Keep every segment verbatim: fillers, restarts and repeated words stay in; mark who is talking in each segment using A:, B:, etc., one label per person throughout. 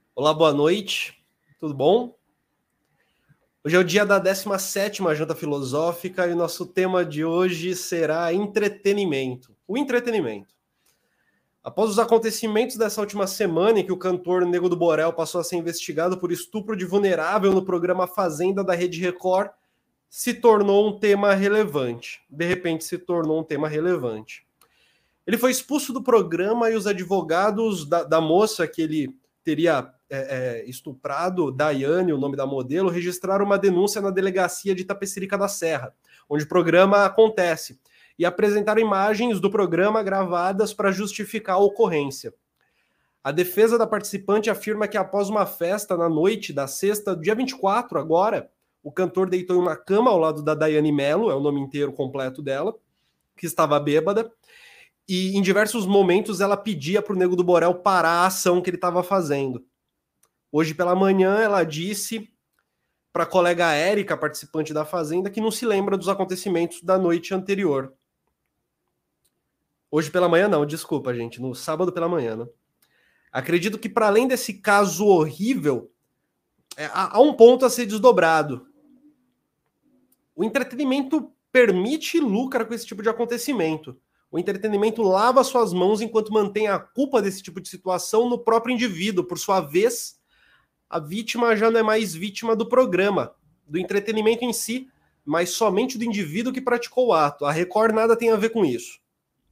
A: Olá, boa noite, tudo bom? Hoje é o dia da décima sétima Janta Filosófica e o nosso tema de hoje será entretenimento. O entretenimento. Após os acontecimentos dessa última semana em que o cantor Nego do Borel passou a ser investigado por estupro de vulnerável no programa Fazenda da Rede Record, se tornou um tema relevante. De repente se tornou um tema relevante. Ele foi expulso do programa e os advogados da, da moça que ele teria é, é, estuprado, Daiane, o nome da modelo, registraram uma denúncia na delegacia de Itapecerica da Serra, onde o programa acontece, e apresentaram imagens do programa gravadas para justificar a ocorrência. A defesa da participante afirma que após uma festa na noite da sexta, dia vinte e quatro agora, o cantor deitou em uma cama ao lado da Daiane Mello, é o nome inteiro completo dela, que estava bêbada, e em diversos momentos ela pedia para o Nego do Borel parar a ação que ele estava fazendo. Hoje pela manhã ela disse para a colega Érica, participante da Fazenda, que não se lembra dos acontecimentos da noite anterior. Hoje pela manhã não, desculpa gente, no sábado pela manhã, né? Acredito que para além desse caso horrível, é, há um ponto a ser desdobrado. O entretenimento permite e lucra com esse tipo de acontecimento. O entretenimento lava suas mãos enquanto mantém a culpa desse tipo de situação no próprio indivíduo. Por sua vez, a vítima já não é mais vítima do programa, do entretenimento em si, mas somente do indivíduo que praticou o ato. A Record nada tem a ver com isso.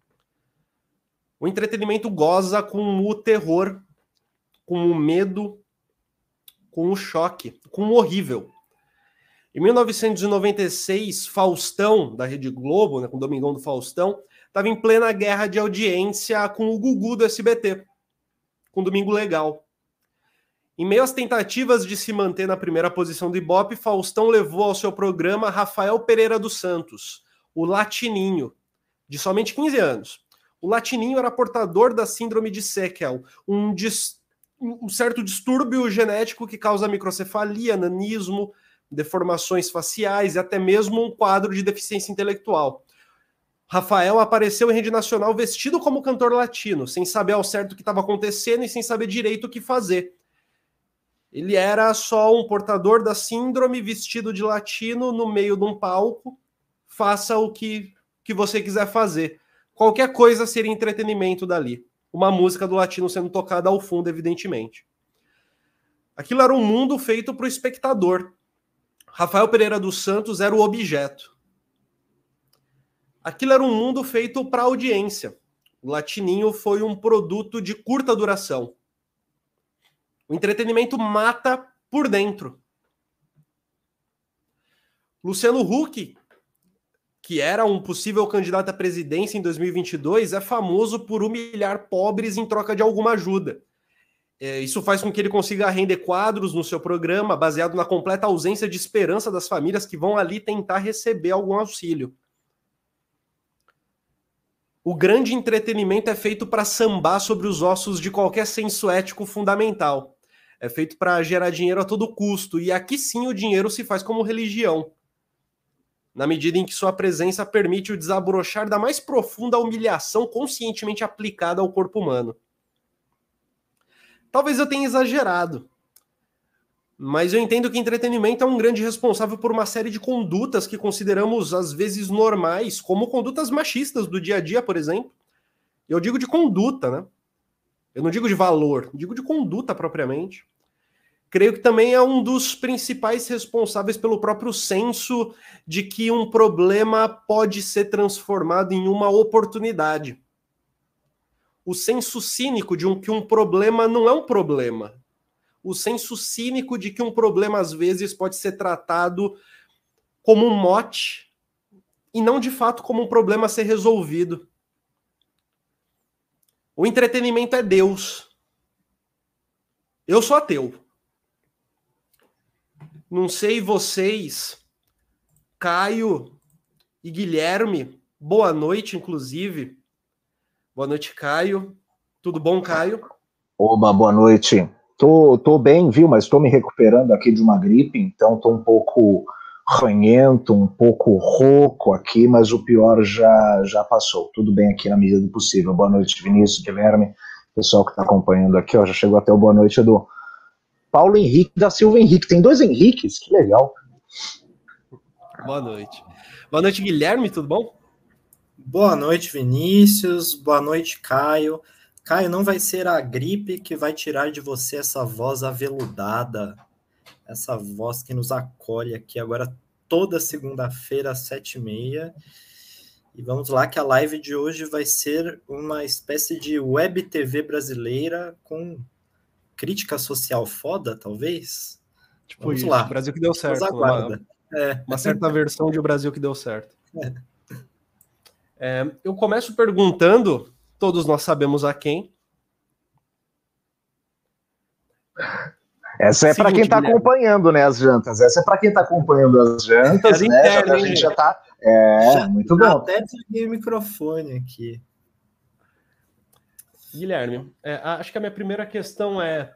A: O entretenimento goza com o terror, com o medo, com o choque, com o horrível. Em mil novecentos e noventa e seis, Faustão, da Rede Globo, né, com o Domingão do Faustão, estava em plena guerra de audiência com o Gugu do S B T, com Domingo Legal. Em meio às tentativas de se manter na primeira posição do Ibope, Faustão levou ao seu programa Rafael Pereira dos Santos, o Latininho, de somente quinze anos. O Latininho era portador da síndrome de Sequel, um, dis... um certo distúrbio genético que causa microcefalia, nanismo, deformações faciais e até mesmo um quadro de deficiência intelectual. Rafael apareceu em rede nacional vestido como cantor latino, sem saber ao certo o que estava acontecendo e sem saber direito o que fazer. Ele era só um portador da síndrome vestido de latino no meio de um palco. Faça o que, que você quiser fazer. Qualquer coisa seria entretenimento dali. Uma música do latino sendo tocada ao fundo, evidentemente. Aquilo era um mundo feito para o espectador. Rafael Pereira dos Santos era o objeto. Aquilo era um mundo feito para audiência. O Latininho foi um produto de curta duração. O entretenimento mata por dentro. Luciano Huck, que era um possível candidato à presidência em dois mil e vinte e dois, é famoso por humilhar pobres em troca de alguma ajuda. É, isso faz com que ele consiga render quadros no seu programa, baseado na completa ausência de esperança das famílias que vão ali tentar receber algum auxílio. O grande entretenimento é feito para sambar sobre os ossos de qualquer senso ético fundamental. É feito para gerar dinheiro a todo custo, e aqui sim o dinheiro se faz como religião, na medida em que sua presença permite o desabrochar da mais profunda humilhação conscientemente aplicada ao corpo humano. Talvez eu tenha exagerado, mas eu entendo que entretenimento é um grande responsável por uma série de condutas que consideramos às vezes normais, como condutas machistas do dia a dia, por exemplo. Eu digo de conduta, né? Eu não digo de valor, digo de conduta propriamente. Creio que também é um dos principais responsáveis pelo próprio senso de que um problema pode ser transformado em uma oportunidade. O senso cínico de um, que um problema não é um problema. O senso cínico de que um problema, às vezes, pode ser tratado como um mote e não, de fato, como um problema a ser resolvido. O entretenimento é Deus. Eu sou ateu. Não sei vocês, Caio e Guilherme, boa noite, inclusive. Boa noite, Caio. Tudo bom, Caio?
B: Oba, boa noite. Tô, tô bem, viu, mas tô me recuperando aqui de uma gripe, então tô um pouco ranhento, um pouco rouco aqui, mas o pior já, já passou. Tudo bem aqui na medida do possível. Boa noite, Vinícius, Guilherme, pessoal que está acompanhando aqui, ó, já chegou até o boa noite, Edu. Paulo Henrique da Silva Henrique. Tem dois Henriques, que legal.
A: Boa noite. Boa noite, Guilherme, tudo bom?
C: Boa noite, Vinícius. Boa noite, Caio. Caio, não vai ser a gripe que vai tirar de você essa voz aveludada, essa voz que nos acolhe aqui agora toda segunda-feira às sete e meia. E vamos lá que a live de hoje vai ser uma espécie de web T V brasileira com crítica social foda, talvez?
A: Tipo
C: vamos
A: isso,
C: lá.
A: o Brasil que deu certo.
C: Nos aguarda.
A: Uma,
C: é.
A: uma certa versão de O Brasil que deu certo.
C: É.
A: É, eu começo perguntando, todos nós sabemos a quem.
B: Essa é para quem está acompanhando, né, as jantas. Essa é para quem está acompanhando as jantas, né? Já, a gente já está. É, já, muito já bom.
C: Até desliguei o microfone aqui.
A: Guilherme, é, acho que a minha primeira questão é: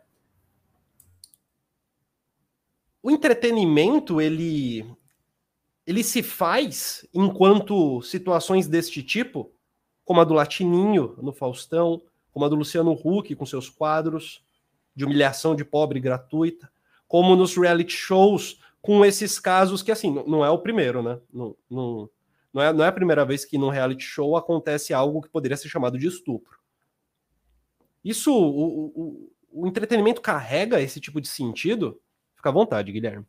A: o entretenimento, ele, ele se faz enquanto situações deste tipo, como a do Latininho no Faustão, como a do Luciano Huck com seus quadros de humilhação de pobre gratuita, como nos reality shows, com esses casos que, assim, não é o primeiro, né? Não, não, não, é, não é a primeira vez que num reality show acontece algo que poderia ser chamado de estupro. Isso, o, o, o entretenimento carrega esse tipo de sentido? Fica à vontade, Guilherme.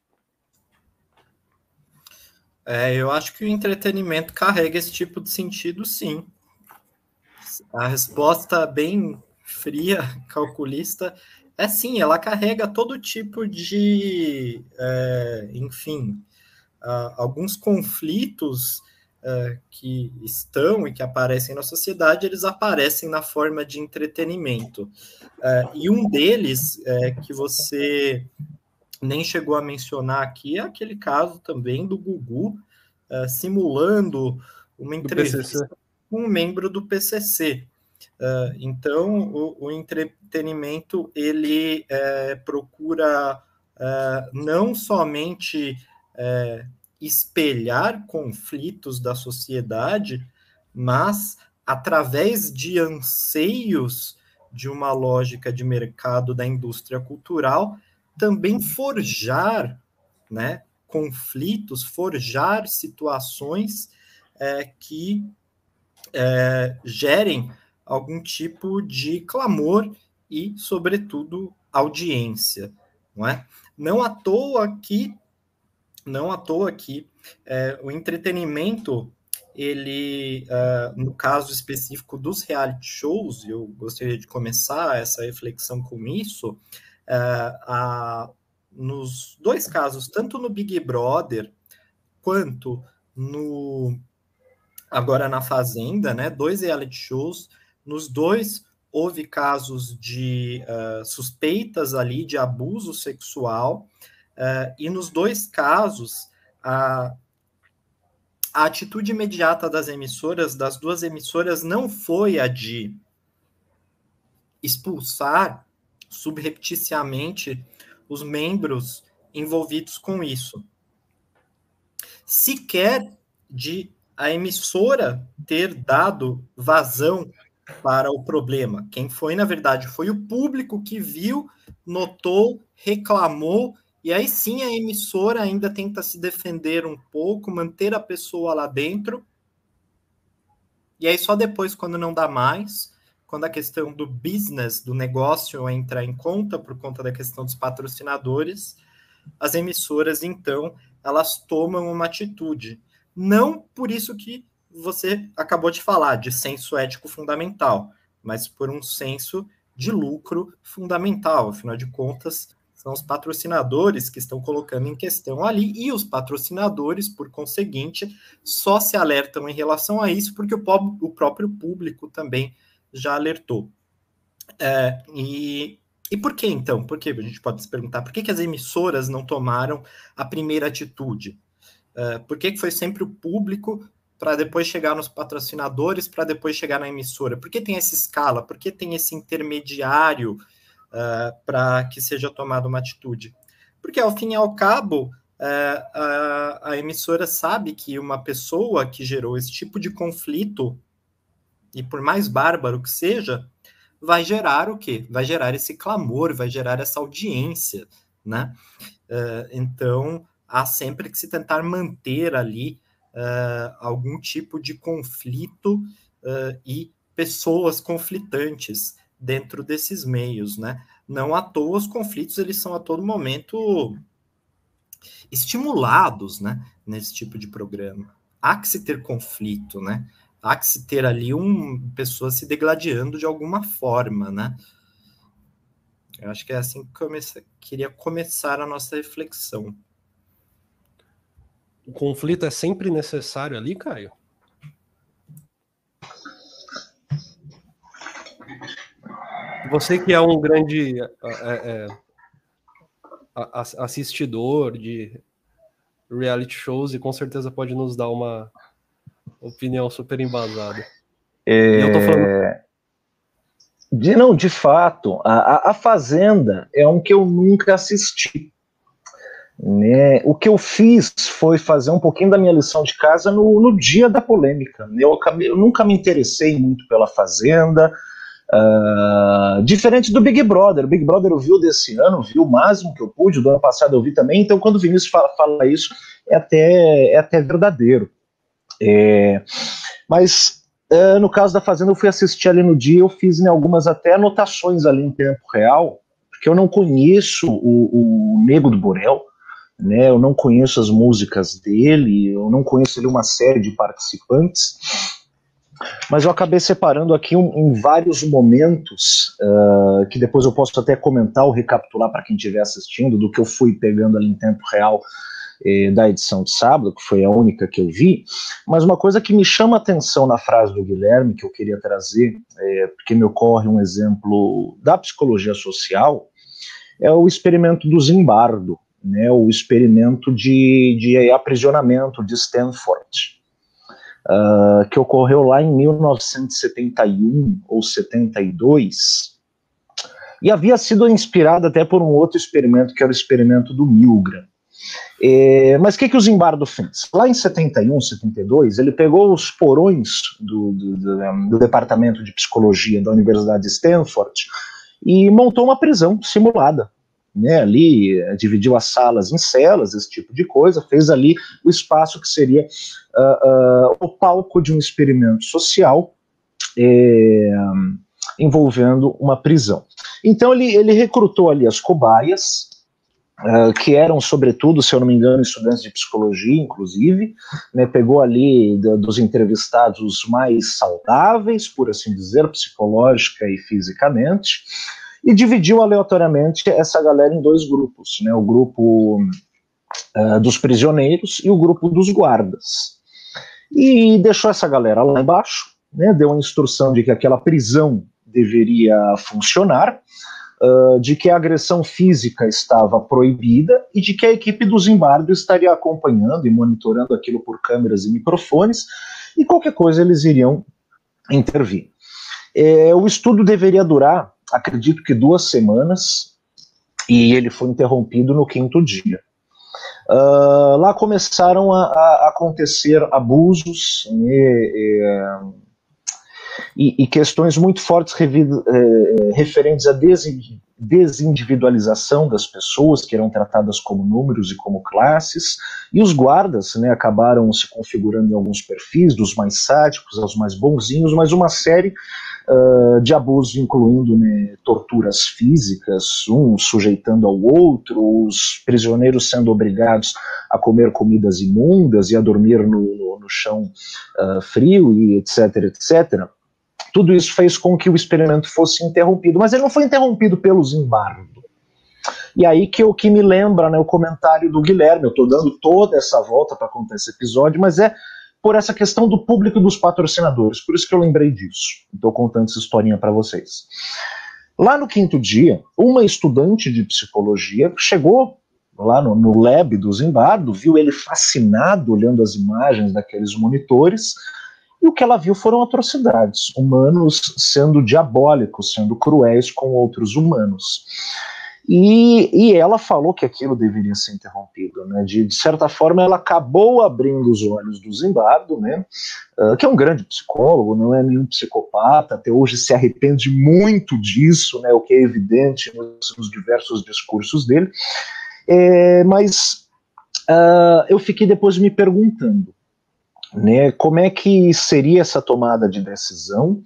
C: É, eu acho que o entretenimento carrega esse tipo de sentido, sim. A resposta bem fria, calculista, é sim, ela carrega todo tipo de, é, enfim, uh, alguns conflitos uh, que estão e que aparecem na sociedade, eles aparecem na forma de entretenimento. Uh, e um deles, é, que você nem chegou a mencionar aqui, é aquele caso também do Gugu uh, simulando uma entrevista com um membro do P C C. Uh, então, o, o entretenimento, ele é, procura uh, não somente é, espelhar conflitos da sociedade, mas, através de anseios de uma lógica de mercado da indústria cultural, também forjar, né, conflitos, forjar situações é, que é, gerem algum tipo de clamor e, sobretudo, audiência, não é? Não à toa que, não à toa que é, o entretenimento, ele, uh, no caso específico dos reality shows, eu gostaria de começar essa reflexão com isso, uh, a, nos dois casos, tanto no Big Brother quanto no agora na Fazenda, né, dois reality shows, nos dois houve casos de uh, suspeitas ali de abuso sexual, uh, e nos dois casos, a, a atitude imediata das emissoras, das duas emissoras, não foi a de expulsar subrepticiamente os membros envolvidos com isso. Sequer de a emissora ter dado vazão para o problema. Quem foi, na verdade, foi o público que viu, notou, reclamou, e aí sim a emissora ainda tenta se defender um pouco, manter a pessoa lá dentro, e aí só depois, quando não dá mais, quando a questão do business, do negócio entra em conta, por conta da questão dos patrocinadores, as emissoras, então, elas tomam uma atitude. Não por isso que você acabou de falar, de senso ético fundamental, mas por um senso de lucro fundamental. Afinal de contas, são os patrocinadores que estão colocando em questão ali, e os patrocinadores, por conseguinte, só se alertam em relação a isso porque o, o próprio público também já alertou. É, e... E por que, então? Por que? A gente pode se perguntar, por que, que as emissoras não tomaram a primeira atitude? Uh, por que, que foi sempre o público para depois chegar nos patrocinadores, para depois chegar na emissora? Por que tem essa escala? Por que tem esse intermediário uh, para que seja tomada uma atitude? Porque, ao fim e ao cabo, uh, a, a emissora sabe que uma pessoa que gerou esse tipo de conflito, e por mais bárbaro que seja, vai gerar o quê? Vai gerar esse clamor, vai gerar essa audiência, né? Uh, então, há sempre que se tentar manter ali uh, algum tipo de conflito uh, e pessoas conflitantes dentro desses meios, né? Não à toa os conflitos, eles são a todo momento estimulados, né, nesse tipo de programa. Há que se ter conflito, né? Há que se ter ali um, pessoas se degladiando de alguma forma, né? Eu acho que é assim que comece... queria começar a nossa reflexão.
A: O conflito é sempre necessário ali, Caio? Você que é um grande é, é, assistidor de reality shows e com certeza pode nos dar uma opinião super embasada.
B: É... E eu tô falando... De, não, de fato, a, a Fazenda é um que eu nunca assisti. Né? O que eu fiz foi fazer um pouquinho da minha lição de casa no, no dia da polêmica. Eu, eu nunca me interessei muito pela Fazenda, uh, diferente do Big Brother. O Big Brother eu vi o desse ano, vi o máximo que eu pude, do ano passado eu vi também, então quando o Vinícius fala, fala isso, é até, é até verdadeiro. É, mas uh, no caso da Fazenda eu fui assistir ali no dia, eu fiz né, algumas até anotações ali em tempo real, porque eu não conheço o, o Nego do Borel, né, eu não conheço as músicas dele, eu não conheço ele uma série de participantes, mas eu acabei separando aqui um, em vários momentos, uh, que depois eu posso até comentar ou recapitular para quem estiver assistindo, do que eu fui pegando ali em tempo real eh, da edição de sábado, que foi a única que eu vi, mas uma coisa que me chama a atenção na frase do Guilherme, que eu queria trazer, é, porque me ocorre um exemplo da psicologia social, é o experimento do Zimbardo, né, o experimento de, de aprisionamento de Stanford, uh, que ocorreu lá em mil novecentos e setenta e um ou setenta e dois, e havia sido inspirado até por um outro experimento, que era o experimento do Milgram. É, mas o que, que o Zimbardo fez? Lá em setenta e um, setenta e dois, ele pegou os porões do, do, do, do Departamento de Psicologia da Universidade de Stanford e montou uma prisão simulada. Né, ali dividiu as salas em celas, esse tipo de coisa, fez ali o espaço que seria uh, uh, o palco de um experimento social é, envolvendo uma prisão. Então ele, ele recrutou ali as cobaias, uh, que eram sobretudo, se eu não me engano, estudantes de psicologia, inclusive, né, pegou ali do, dos entrevistados os mais saudáveis, por assim dizer, psicológica e fisicamente, e dividiu aleatoriamente essa galera em dois grupos, né, o grupo uh, dos prisioneiros e o grupo dos guardas. E deixou essa galera lá embaixo, né, deu a instrução de que aquela prisão deveria funcionar, uh, de que a agressão física estava proibida e de que a equipe do Zimbardo estaria acompanhando e monitorando aquilo por câmeras e microfones, e qualquer coisa eles iriam intervir. É, o estudo deveria durar, acredito que duas semanas, e ele foi interrompido no quinto dia. Uh, lá começaram a, a acontecer abusos né, e, e, e questões muito fortes revido, eh, referentes à desindividualização das pessoas, que eram tratadas como números e como classes, e os guardas né, acabaram se configurando em alguns perfis, dos mais sádicos aos mais bonzinhos, mas uma série Uh, de abusos, incluindo né, torturas físicas, um sujeitando ao outro, os prisioneiros sendo obrigados a comer comidas imundas e a dormir no, no, no chão uh, frio, e etc, etcétera. Tudo isso fez com que o experimento fosse interrompido, mas ele não foi interrompido pelo Zimbardo. E aí que o que me lembra né, o comentário do Guilherme, eu estou dando toda essa volta para contar esse episódio, mas é por essa questão do público e dos patrocinadores, por isso que eu lembrei disso. Estou contando essa historinha para vocês. Lá no quinto dia, uma estudante de psicologia chegou lá no, no lab do Zimbardo, viu ele fascinado olhando as imagens daqueles monitores, e o que ela viu foram atrocidades, humanos sendo diabólicos, sendo cruéis com outros humanos. E, e ela falou que aquilo deveria ser interrompido, né? De, de certa forma, ela acabou abrindo os olhos do Zimbardo, né? Uh, que é um grande psicólogo, não é nenhum psicopata, até hoje se arrepende muito disso, né? O que é evidente nos, nos diversos discursos dele. É, mas uh, eu fiquei depois me perguntando, né? Como é que seria essa tomada de decisão?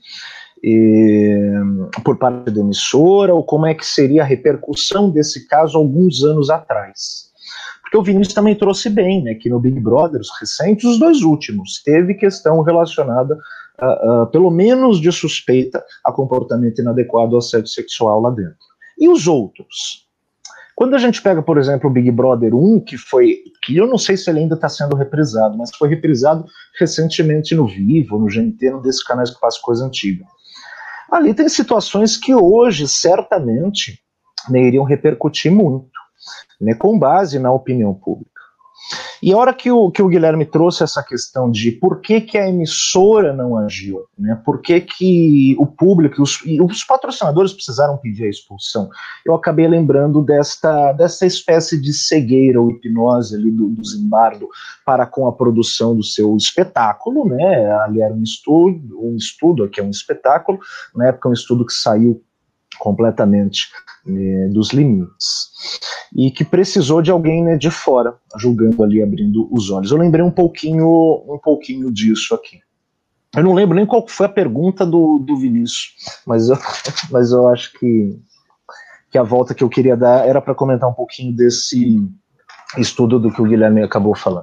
B: E, por parte da emissora, ou como é que seria a repercussão desse caso alguns anos atrás. Porque o Vinícius também trouxe bem, né, que no Big Brother, os recentes, os dois últimos, teve questão relacionada, uh, uh, pelo menos de suspeita, a comportamento inadequado ao assédio sexual lá dentro. E os outros? Quando a gente pega, por exemplo, o Big Brother um, que foi, que eu não sei se ele ainda está sendo reprisado, mas foi reprisado recentemente no Vivo, no G N T, num desses canais que faz coisa antiga. Ali tem situações que hoje, certamente, né, iriam repercutir muito, né, com base na opinião pública. E a hora que o, que o Guilherme trouxe essa questão de por que, que a emissora não agiu, né, por que, que o público, os, e os patrocinadores precisaram pedir a expulsão, eu acabei lembrando desta, dessa espécie de cegueira ou hipnose ali do, do Zimbardo para com a produção do seu espetáculo, né, ali era um estudo, um estudo, aqui é um espetáculo, na época um estudo que saiu completamente né, dos limites, e que precisou de alguém né, de fora, julgando ali, abrindo os olhos. Eu lembrei um pouquinho, um pouquinho disso aqui. Eu não lembro nem qual foi a pergunta do, do Vinícius, mas eu, mas eu acho que, que a volta que eu queria dar era para comentar um pouquinho desse estudo do que o Guilherme acabou falando.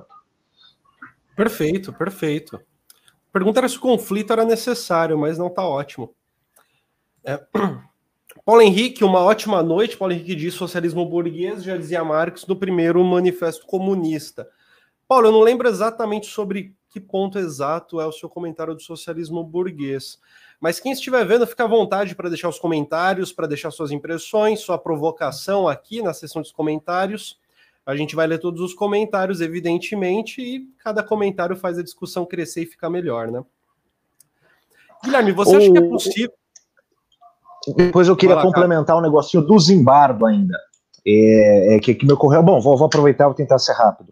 A: Perfeito, perfeito. A pergunta era se o conflito era necessário, mas não está ótimo. É... Paulo Henrique, uma ótima noite. Paulo Henrique diz socialismo burguês, já dizia Marx no primeiro manifesto comunista. Paulo, eu não lembro exatamente sobre que ponto exato é o seu comentário do socialismo burguês, mas quem estiver vendo, fica à vontade para deixar os comentários, para deixar suas impressões, sua provocação aqui na seção dos comentários. A gente vai ler todos os comentários, evidentemente, e cada comentário faz a discussão crescer e ficar melhor, né? Guilherme, você acha que é possível...
B: Depois eu queria lá, complementar cara. um negocinho do Zimbardo ainda, é, é, que, que me ocorreu. Bom, vou, vou aproveitar e vou tentar ser rápido.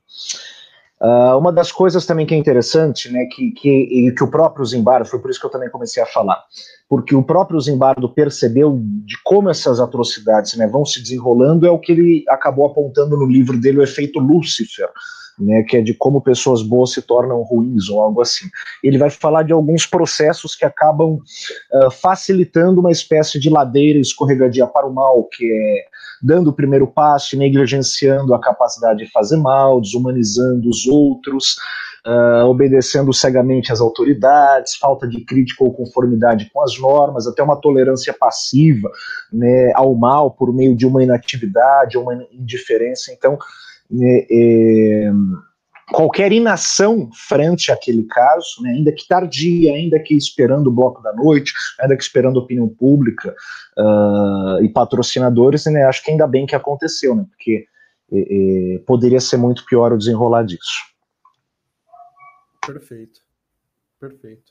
B: Uh, uma das coisas também que é interessante, né, que, que, que o próprio Zimbardo, foi por isso que eu também comecei a falar, porque o próprio Zimbardo percebeu de como essas atrocidades né, vão se desenrolando, é o que ele acabou apontando no livro dele, o efeito Lúcifer, né, que é de como pessoas boas se tornam ruins ou algo assim. Ele vai falar de alguns processos que acabam uh, facilitando uma espécie de ladeira escorregadia para o mal, que é dando o primeiro passo e negligenciando a capacidade de fazer mal, desumanizando os outros, uh, obedecendo cegamente às autoridades, falta de crítica ou conformidade com as normas, até uma tolerância passiva né, ao mal por meio de uma inatividade ou uma indiferença. Então, É, é, qualquer inação frente àquele caso, né, ainda que tardia, ainda que esperando o bloco da noite, ainda que esperando opinião pública uh, e patrocinadores, né, acho que ainda bem que aconteceu, né, porque é, é, poderia ser muito pior o desenrolar disso.
A: Perfeito, perfeito.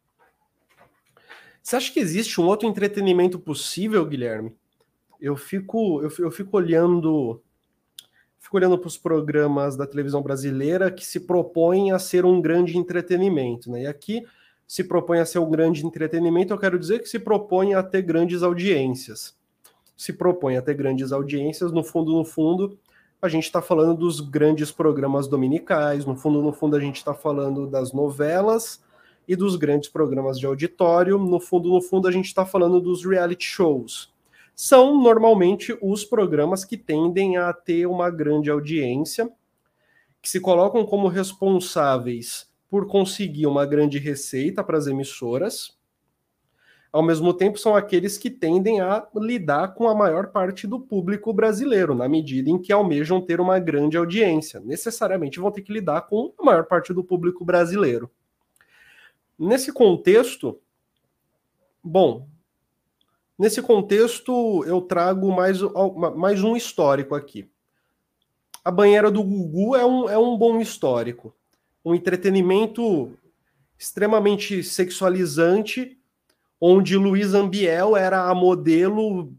A: Você acha que existe um outro entretenimento possível, Guilherme? Eu fico, eu, eu fico olhando... Fico olhando para os programas da televisão brasileira que se propõem a ser um grande entretenimento, né? E aqui se propõe a ser um grande entretenimento, eu quero dizer que se propõe a ter grandes audiências. Se propõe a ter grandes audiências, no fundo, no fundo, a gente está falando dos grandes programas dominicais, no fundo, no fundo, a gente está falando das novelas e dos grandes programas de auditório, no fundo, no fundo, a gente está falando dos reality shows. São normalmente os programas que tendem a ter uma grande audiência, que se colocam como responsáveis por conseguir uma grande receita para as emissoras. Ao mesmo tempo, são aqueles que tendem a lidar com a maior parte do público brasileiro, na medida em que almejam ter uma grande audiência. Necessariamente vão ter que lidar com a maior parte do público brasileiro. Nesse contexto, bom... Nesse contexto, eu trago mais, mais um histórico aqui. A Banheira do Gugu é um, é um bom histórico. Um entretenimento extremamente sexualizante, onde Luísa Ambiel era a modelo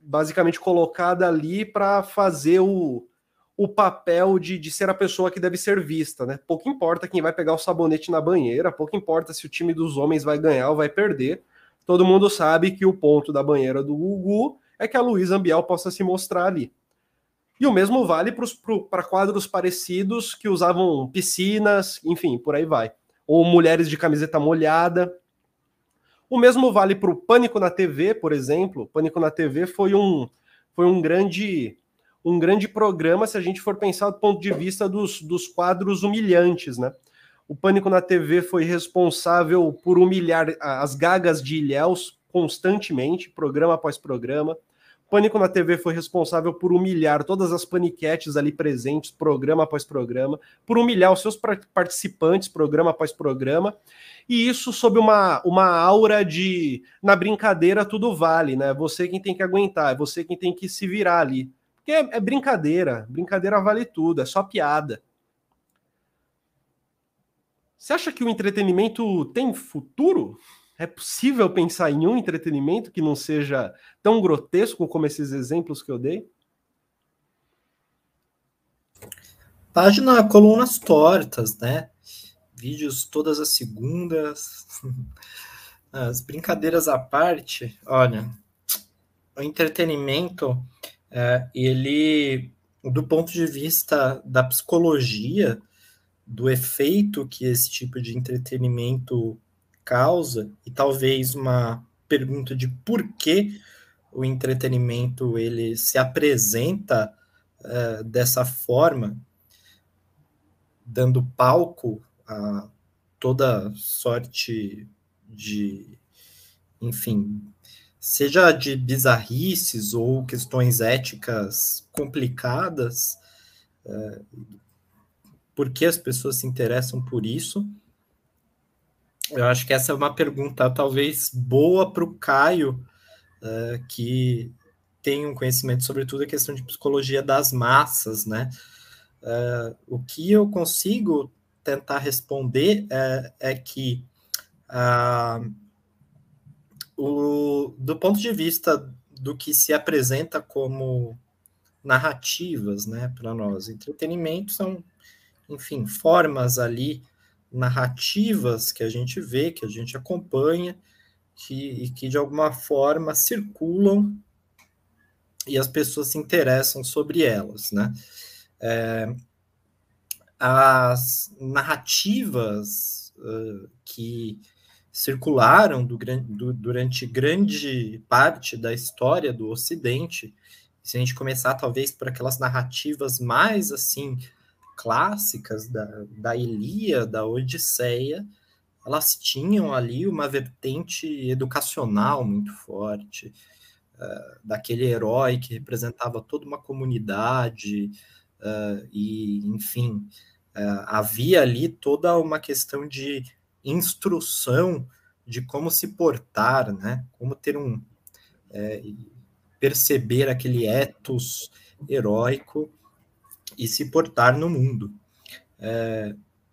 A: basicamente colocada ali para fazer o, o papel de, de ser a pessoa que deve ser vista, né? Pouco importa quem vai pegar o sabonete na banheira, pouco importa se o time dos homens vai ganhar ou vai perder. Todo mundo sabe que o ponto da banheira do Gugu é que a Luísa Ambiel possa se mostrar ali. E o mesmo vale para quadros parecidos que usavam piscinas, enfim, por aí vai. Ou mulheres de camiseta molhada. O mesmo vale para o Pânico na T V, por exemplo. O Pânico na T V foi um, foi um, grande, um grande programa, se a gente for pensar do ponto de vista dos, dos quadros humilhantes, né? O Pânico na T V foi responsável por humilhar as gagas de Ilhéus constantemente, programa após programa. Pânico na T V foi responsável por humilhar todas as paniquetes ali presentes, programa após programa, por humilhar os seus participantes, programa após programa, e isso sob uma, uma aura de, na brincadeira tudo vale, né? Você quem tem que aguentar, é você quem tem que se virar ali. Porque é, é brincadeira, brincadeira vale tudo, é só piada. Você acha que o entretenimento tem futuro? É possível pensar em um entretenimento que não seja tão grotesco como esses exemplos que eu dei?
C: Página Colunas Tortas, né? Vídeos todas as segundas. As brincadeiras à parte, olha, o entretenimento, é, ele, do ponto de vista da psicologia, do efeito que esse tipo de entretenimento causa, e talvez uma pergunta de por que o entretenimento ele se apresenta uh, dessa forma, dando palco a toda sorte de, enfim, seja de bizarrices ou questões éticas complicadas, uh, por que as pessoas se interessam por isso? Eu acho que essa é uma pergunta talvez boa para o Caio, uh, que tem um conhecimento sobretudo a questão de psicologia das massas, né? Uh, o que eu consigo tentar responder uh, é que uh, o, do ponto de vista do que se apresenta como narrativas, né, para nós, entretenimento são, enfim, formas ali narrativas que a gente vê, que a gente acompanha, que, e que de alguma forma circulam e as pessoas se interessam sobre elas, né? É, as narrativas uh, que circularam do, do, durante grande parte da história do Ocidente, se a gente começar talvez por aquelas narrativas mais assim clássicas da, da Ilíada, da Odisseia, elas tinham ali uma vertente educacional muito forte, uh, daquele herói que representava toda uma comunidade, uh, e, enfim, uh, havia ali toda uma questão de instrução de como se portar, né? Como ter um... É, perceber aquele ethos heróico e se portar no mundo. É,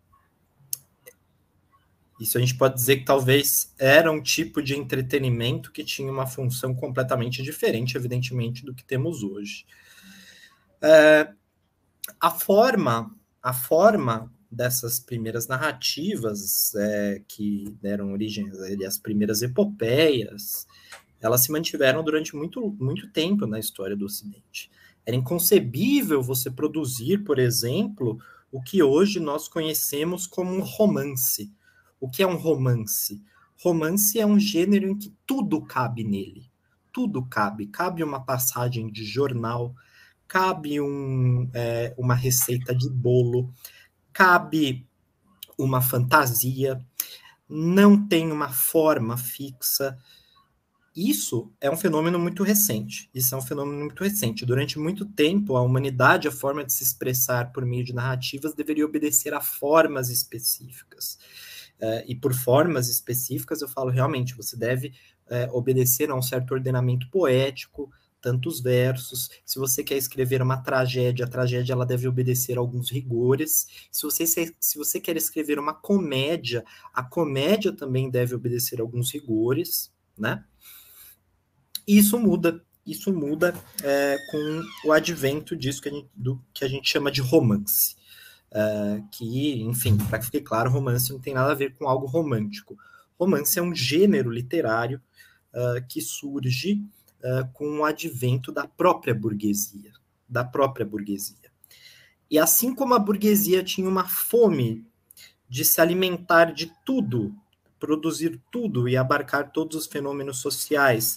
C: isso a gente pode dizer que talvez era um tipo de entretenimento que tinha uma função completamente diferente, evidentemente, do que temos hoje. É, a forma, a forma dessas primeiras narrativas é, que deram origem às primeiras epopeias, elas se mantiveram durante muito, muito tempo na história do Ocidente. Era inconcebível você produzir, por exemplo, o que hoje nós conhecemos como um romance. O que é um romance? Romance é um gênero em que tudo cabe nele. Tudo cabe. Cabe uma passagem de jornal, cabe um, é, uma receita de bolo, cabe uma fantasia, não tem uma forma fixa. Isso é um fenômeno muito recente. Isso é um fenômeno muito recente. Durante muito tempo, a humanidade, a forma de se expressar por meio de narrativas deveria obedecer a formas específicas. Uh, e por formas específicas, eu falo realmente, você deve uh, obedecer a um certo ordenamento poético, tantos versos. Se você quer escrever uma tragédia, a tragédia ela deve obedecer a alguns rigores. Se você, se, se você quer escrever uma comédia, a comédia também deve obedecer a alguns rigores, né? E isso muda isso muda é, com o advento disso que a gente, do que a gente chama de romance. É, que, enfim, para que fique claro, romance não tem nada a ver com algo romântico. Romance é um gênero literário uh, que surge uh, com o advento da própria burguesia, da própria burguesia. E assim como a burguesia tinha uma fome de se alimentar de tudo, produzir tudo e abarcar todos os fenômenos sociais,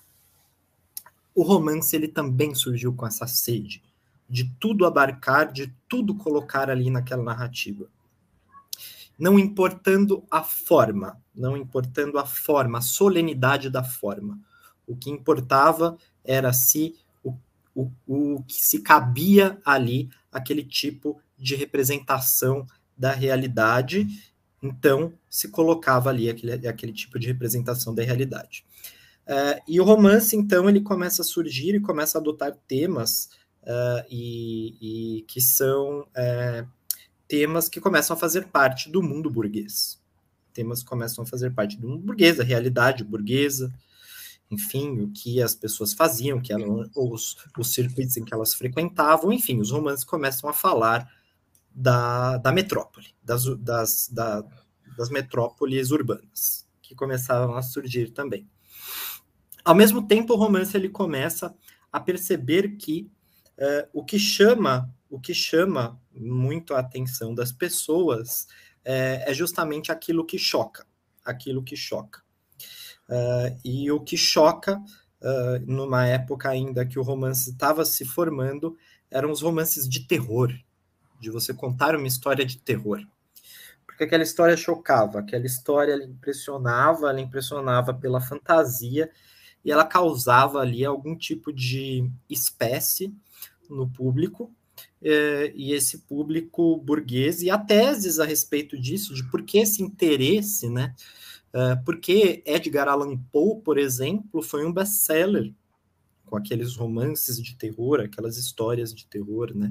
C: o romance ele também surgiu com essa sede de tudo abarcar, de tudo colocar ali naquela narrativa. Não importando a forma, não importando a forma, a solenidade da forma. O que importava era se o, o, o que se cabia ali, aquele tipo de representação da realidade, então se colocava ali aquele, aquele tipo de representação da realidade. Uh, e o romance, então, ele começa a surgir e começa a adotar temas uh, e, e que são uh, temas que começam a fazer parte do mundo burguês. Temas que começam a fazer parte do mundo burguês, a realidade burguesa, enfim, o que as pessoas faziam, que eram os, os circuitos em que elas frequentavam, enfim, os romances começam a falar da, da metrópole, das, das, da, das metrópoles urbanas, que começavam a surgir também. Ao mesmo tempo, o romance ele começa a perceber que uh, o que chama, o que chama muito a atenção das pessoas uh, é justamente aquilo que choca, aquilo que choca. Uh, e o que choca, uh, numa época ainda que o romance estava se formando, eram os romances de terror, de você contar uma história de terror. Porque aquela história chocava, aquela história ela impressionava, ela impressionava pela fantasia, e ela causava ali algum tipo de espécie no público, eh, e esse público burguês, e há teses a respeito disso, de por que esse interesse, né? Uh, porque Edgar Allan Poe, por exemplo, foi um best-seller com aqueles romances de terror, aquelas histórias de terror, né?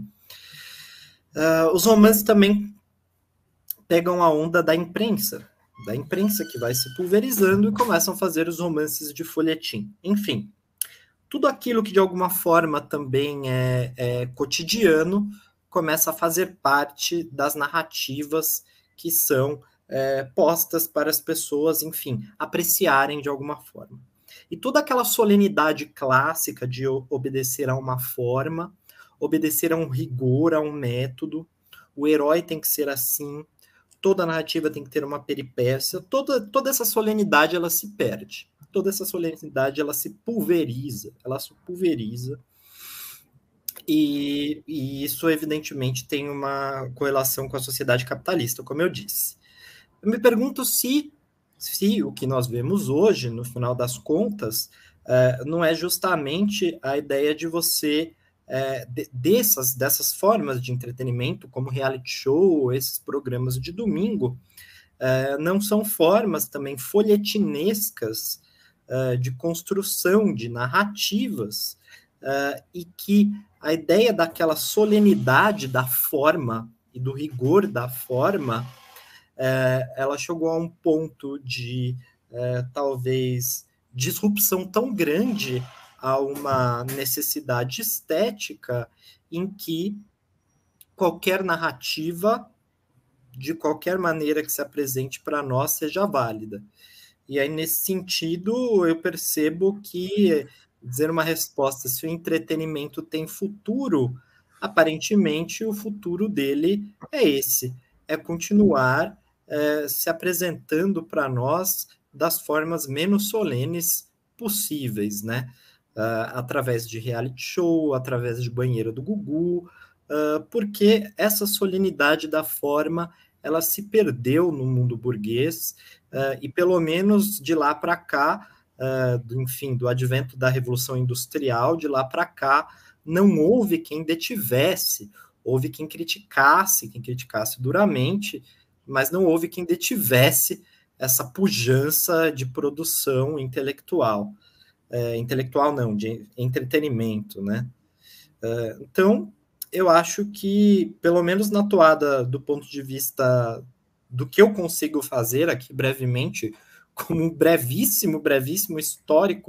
C: Uh, os romances também pegam a onda da imprensa, da imprensa que vai se pulverizando e começam a fazer os romances de folhetim. Enfim, tudo aquilo que de alguma forma também é, é cotidiano começa a fazer parte das narrativas que são é, postas para as pessoas, enfim, apreciarem de alguma forma. E toda aquela solenidade clássica de obedecer a uma forma, obedecer a um rigor, a um método, o herói tem que ser assim, toda a narrativa tem que ter uma peripécia, toda, toda essa solenidade ela se perde, toda essa solenidade ela se pulveriza, ela se pulveriza, e, e isso evidentemente tem uma correlação com a sociedade capitalista, como eu disse. Eu me pergunto se, se o que nós vemos hoje, no final das contas, é, não é justamente a ideia de você É, de, dessas, dessas formas de entretenimento, como reality show, esses programas de domingo, é, não são formas também folhetinescas é, de construção de narrativas, é, e que a ideia daquela solenidade da forma e do rigor da forma, é, ela chegou a um ponto de é, talvez disrupção tão grande a uma necessidade estética em que qualquer narrativa, de qualquer maneira que se apresente para nós, seja válida. E aí, nesse sentido, eu percebo que dizer uma resposta, se o entretenimento tem futuro, aparentemente o futuro dele é esse, é continuar é, se apresentando para nós das formas menos solenes possíveis, né? Uh, através de reality show, através de banheiro do Gugu, uh, porque essa solenidade da forma, ela se perdeu no mundo burguês, uh, e pelo menos de lá para cá, uh, do, enfim, do advento da Revolução Industrial, de lá para cá, não houve quem detivesse, houve quem criticasse, quem criticasse duramente, mas não houve quem detivesse essa pujança de produção intelectual. É, intelectual não, de entretenimento, né? É, então, eu acho que, pelo menos na toada, do ponto de vista do que eu consigo fazer aqui brevemente, como um brevíssimo, brevíssimo histórico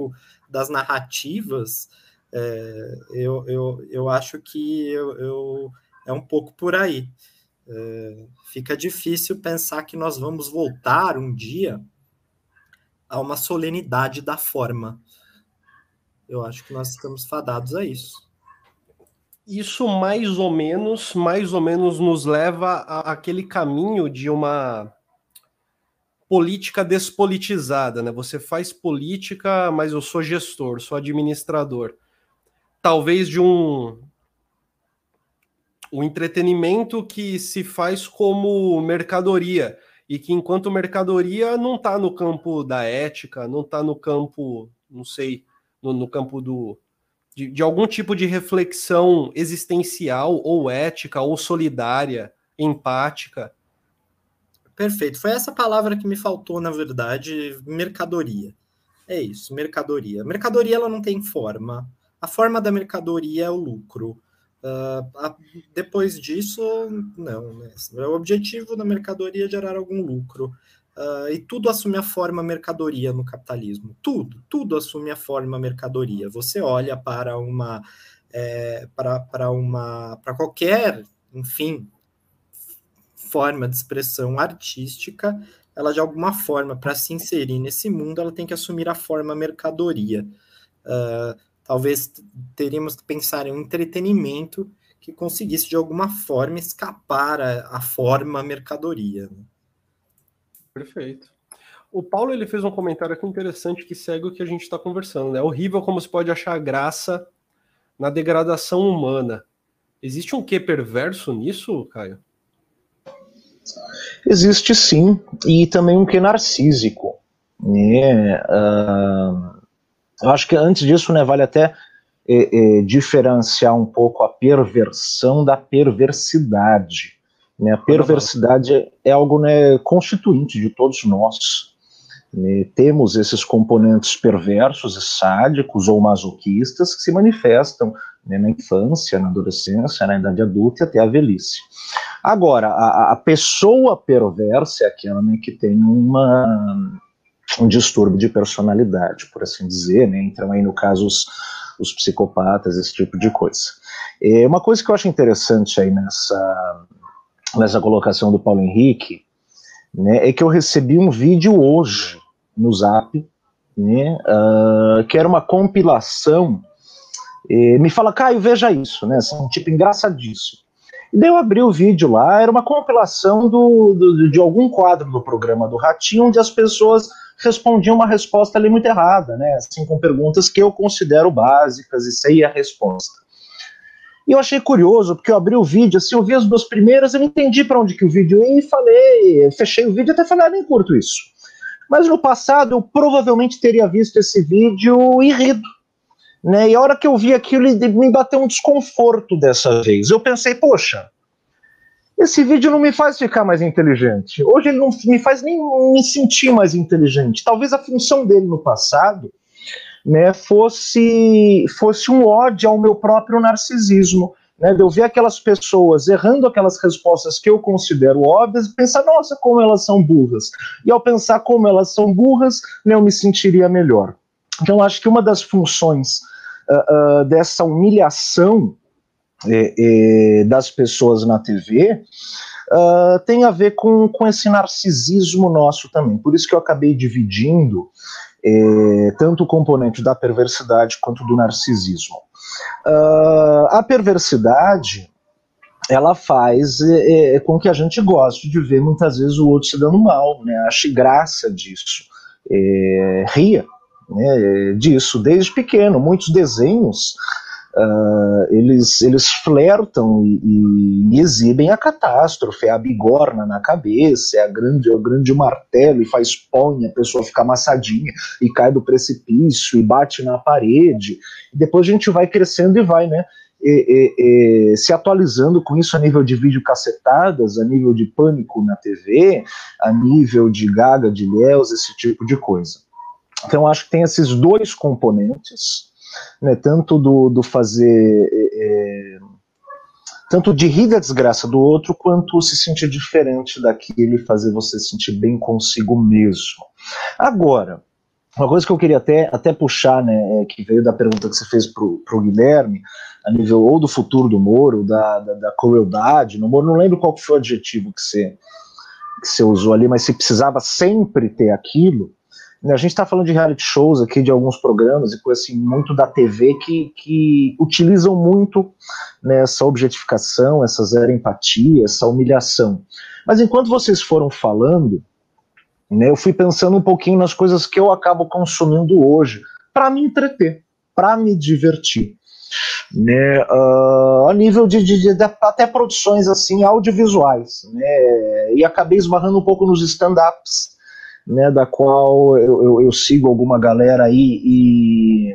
C: das narrativas, é, eu, eu, eu acho que eu, eu, é um pouco por aí. É, fica difícil pensar que nós vamos voltar um dia a uma solenidade da forma. Eu acho que nós estamos fadados a isso.
A: Isso mais ou menos, mais ou menos nos leva a, aquele caminho de uma política despolitizada, né? Você faz política, mas eu sou gestor, sou administrador. Talvez de um, um entretenimento que se faz como mercadoria, e que enquanto mercadoria não está no campo da ética, não está no campo, não sei, no, no campo do... De, de algum tipo de reflexão existencial, ou ética, ou solidária, empática.
C: Perfeito. Foi essa palavra que me faltou, na verdade, mercadoria. É isso, mercadoria. Mercadoria, ela não tem forma. A forma da mercadoria é o lucro. Uh, a, depois disso, não. Né? O objetivo da mercadoria é gerar algum lucro. Uh, e tudo assume a forma mercadoria no capitalismo. Tudo, tudo assume a forma mercadoria. Você olha para uma, é, para, para uma, para qualquer, enfim, forma de expressão artística, ela de alguma forma, para se inserir nesse mundo, ela tem que assumir a forma mercadoria. Uh, talvez teríamos que pensar em um entretenimento que conseguisse de alguma forma escapar a, a forma mercadoria.
A: Perfeito. O Paulo ele fez um comentário aqui interessante que segue o que a gente está conversando. Né? É horrível como se pode achar graça na degradação humana. Existe um quê perverso nisso, Caio?
B: Existe sim, e também um quê narcísico. Né? Uh, eu acho que antes disso, né, vale até é, é, diferenciar um pouco a perversão da perversidade. Né? A perversidade é algo, né, constituinte de todos nós. Né? Temos esses componentes perversos e sádicos ou masoquistas que se manifestam, né, na infância, na adolescência, na idade adulta e até a velhice. Agora, a, a pessoa perversa é aquela, né, que tem uma, um distúrbio de personalidade, por assim dizer, né? Entram aí no caso os, os psicopatas, esse tipo de coisa. É uma coisa que eu acho interessante aí nessa... nessa colocação do Paulo Henrique, né, é que eu recebi um vídeo hoje no Zap, né, uh, que era uma compilação, e me fala, Caio, veja isso, né, assim, tipo, engraçadíssimo. E daí eu abri o vídeo lá, era uma compilação do, do, de algum quadro do programa do Ratinho, onde as pessoas respondiam uma resposta ali muito errada, né, assim, com perguntas que eu considero básicas, e sei a resposta. E eu achei curioso, porque eu abri o vídeo, assim, eu vi as duas primeiras, eu não entendi para onde que o vídeo ia e falei, fechei o vídeo e até falei, ah, nem curto isso. Mas no passado eu provavelmente teria visto esse vídeo e rido. Né? E a hora que eu vi aquilo, me bateu um desconforto dessa vez. Eu pensei, poxa, esse vídeo não me faz ficar mais inteligente. Hoje ele não me faz nem me sentir mais inteligente. Talvez a função dele no passado, né, fosse, fosse um ódio ao meu próprio narcisismo, né, de eu ver aquelas pessoas errando aquelas respostas que eu considero óbvias e pensar, nossa, como elas são burras. E ao pensar como elas são burras, né, eu me sentiria melhor. Então acho que uma das funções uh, uh, dessa humilhação eh, eh, das pessoas na T V uh, tem a ver com, com esse narcisismo nosso também. Por isso que eu acabei dividindo É, tanto o componente da perversidade quanto do narcisismo. Uh, a perversidade, ela faz é, é, com que a gente goste de ver muitas vezes o outro se dando mal, né? Ache graça disso, é, ria, né, disso desde pequeno. Muitos desenhos Uh, eles, eles flertam e, e exibem a catástrofe, é a bigorna na cabeça, é, a grande, é o grande martelo e faz pão, a pessoa fica amassadinha e cai do precipício e bate na parede, e depois a gente vai crescendo e vai, né, e, e, e, se atualizando com isso a nível de videocassetadas, a nível de Pânico na T V, a nível de Gaga de Léus, esse tipo de coisa. Então acho que tem esses dois componentes, né, tanto do, do fazer é, tanto de rir da desgraça do outro, quanto se sentir diferente daquele, fazer você se sentir bem consigo mesmo. Agora, uma coisa que eu queria até, até puxar, né, é, que veio da pergunta que você fez para o Guilherme, a nível ou do futuro do humor, ou da, da, da crueldade no humor, não lembro qual foi o adjetivo que você, que você usou ali, mas se precisava sempre ter aquilo. A gente está falando de reality shows aqui, de alguns programas e coisa assim, muito da T V que, que utilizam muito, né, essa objetificação, essa zero empatia, essa humilhação. Mas enquanto vocês foram falando, né, eu fui pensando um pouquinho nas coisas que eu acabo consumindo hoje para me entreter, para me divertir, né, uh, a nível de, de, de, de até produções assim audiovisuais, né, e acabei esbarrando um pouco nos stand-ups, né, da qual eu, eu, eu sigo alguma galera aí e,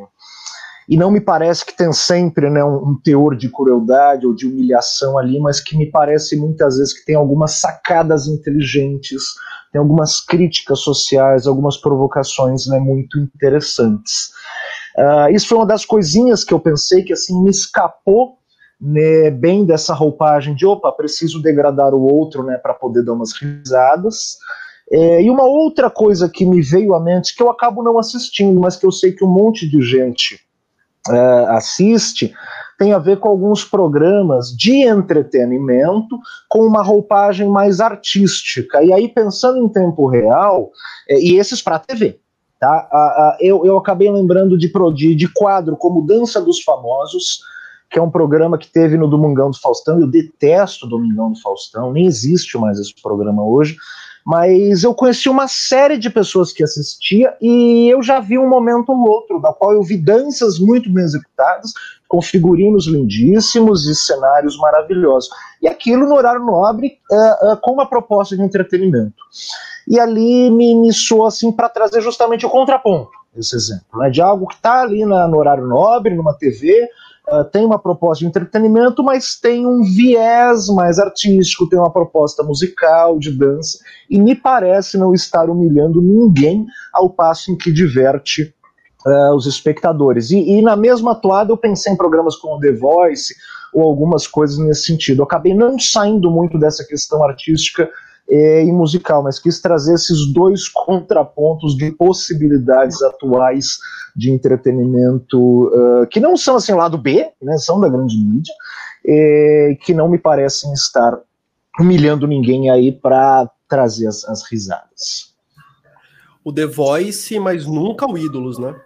B: e não me parece que tem sempre, né, um, um teor de crueldade ou de humilhação ali, mas que me parece muitas vezes que tem algumas sacadas inteligentes, tem algumas críticas sociais, algumas provocações, né, muito interessantes. Uh, isso foi uma das coisinhas que eu pensei que assim me escapou, né, bem dessa roupagem de opa, preciso degradar o outro, né, para poder dar umas risadas. É, e uma outra coisa que me veio à mente, que eu acabo não assistindo, mas que eu sei que um monte de gente é, assiste, tem a ver com alguns programas de entretenimento com uma roupagem mais artística. E aí, pensando em tempo real, é, e esses para a T V, tá? A, a, eu, eu acabei lembrando de, de, de quadro como Dança dos Famosos, que é um programa que teve no Domingão do Faustão. Eu detesto o Domingão do Faustão, nem existe mais esse programa hoje. Mas eu conheci uma série de pessoas que assistia e eu já vi um momento ou outro, da qual eu vi danças muito bem executadas, com figurinos lindíssimos e cenários maravilhosos. E aquilo no horário nobre uh, uh, com uma proposta de entretenimento. E ali me, me soou assim para trazer justamente o contraponto, esse exemplo, né, de algo que está ali na, no horário nobre, numa T V, Uh, tem uma proposta de entretenimento, mas tem um viés mais artístico, tem uma proposta musical, de dança, e me parece não estar humilhando ninguém ao passo em que diverte uh, os espectadores. E, e na mesma toada eu pensei em programas como The Voice ou algumas coisas nesse sentido. Eu acabei não saindo muito dessa questão artística e musical, mas quis trazer esses dois contrapontos de possibilidades atuais de entretenimento uh, que não são assim lado B, né, são da grande mídia, e que não me parecem estar humilhando ninguém aí para trazer as, as risadas.
A: O The Voice, mas nunca o Ídolos, né?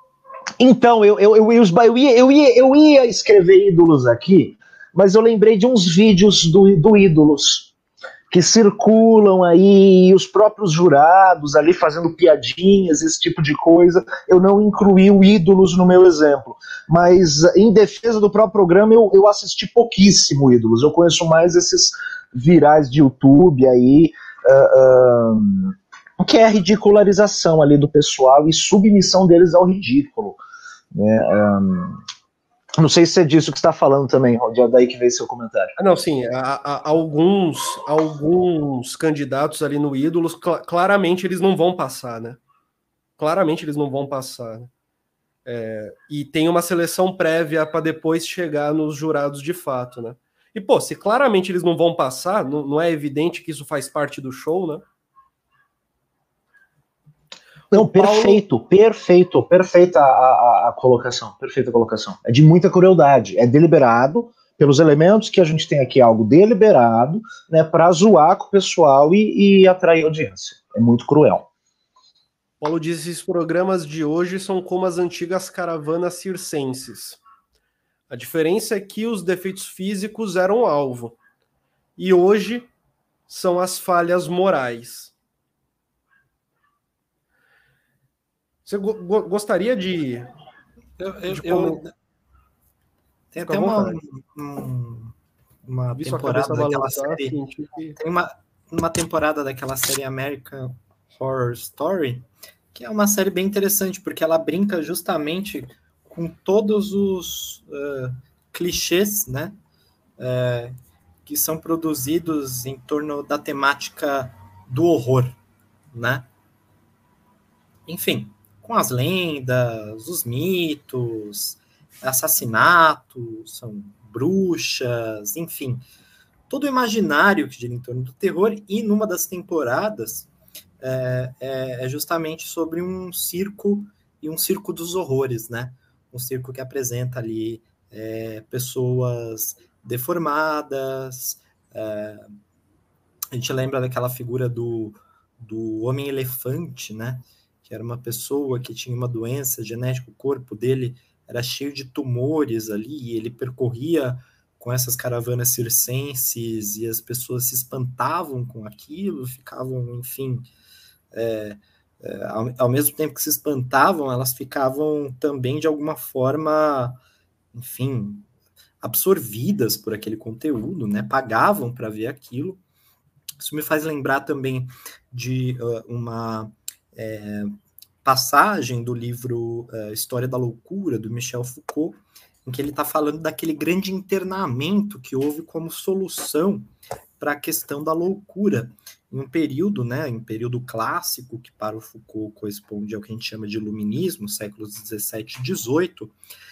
B: Então, eu, eu, eu, eu, ia, eu, ia, eu ia escrever Ídolos aqui, mas eu lembrei de uns vídeos do, do Ídolos que circulam aí, os próprios jurados ali fazendo piadinhas, esse tipo de coisa. Eu não incluí o Ídolos no meu exemplo, mas em defesa do próprio programa eu, eu assisti pouquíssimo Ídolos, eu conheço mais esses virais de YouTube aí, uh, uh, que é a ridicularização ali do pessoal e submissão deles ao ridículo, né? Um, não sei se é disso que você está falando também, Rodiel, daí que veio seu comentário.
A: Não, sim, há, há alguns, alguns candidatos ali no Ídolos, cl- claramente eles não vão passar, né? Claramente eles não vão passar. Né? É, e tem uma seleção prévia para depois chegar nos jurados de fato, né? E, pô, se claramente eles não vão passar, não, não é evidente que isso faz parte do show, né?
B: Não, perfeito, Paulo... perfeito, perfeita a, a, a colocação, perfeita a colocação. É de muita crueldade, é deliberado, pelos elementos que a gente tem aqui, algo deliberado, né, para zoar com o pessoal e, e atrair audiência. É muito cruel.
A: Paulo diz que os programas de hoje são como as antigas caravanas circenses. A diferença é que os defeitos físicos eram alvo, e hoje são as falhas morais. Você go gostaria de...
C: Eu, eu, de eu... Tem até uma, um, uma temporada daquela série... Que... Tem uma, uma temporada daquela série American Horror Story, que é uma série bem interessante, porque ela brinca justamente com todos os uh, clichês, né? Uh, que são produzidos em torno da temática do horror, né? Enfim... com as lendas, os mitos, assassinatos, são bruxas, enfim, todo o imaginário que gira em torno do terror. E numa das temporadas é, é, é justamente sobre um circo e um circo dos horrores, né? Um circo que apresenta ali é, pessoas deformadas. É, a gente lembra daquela figura do, do homem-elefante, né? Que era uma pessoa que tinha uma doença genética, o corpo dele era cheio de tumores ali, e ele percorria com essas caravanas circenses, e as pessoas se espantavam com aquilo, ficavam, enfim... É, é, ao, ao mesmo tempo que se espantavam, elas ficavam também, de alguma forma, enfim, absorvidas por aquele conteúdo, né? Pagavam para ver aquilo. Isso me faz lembrar também de uh, uma é, passagem do livro uh, História da Loucura, do Michel Foucault, em que ele está falando daquele grande internamento que houve como solução para a questão da loucura, em um período, né, em um período clássico, que para o Foucault corresponde ao que a gente chama de iluminismo, séculos dezessete e dezoito,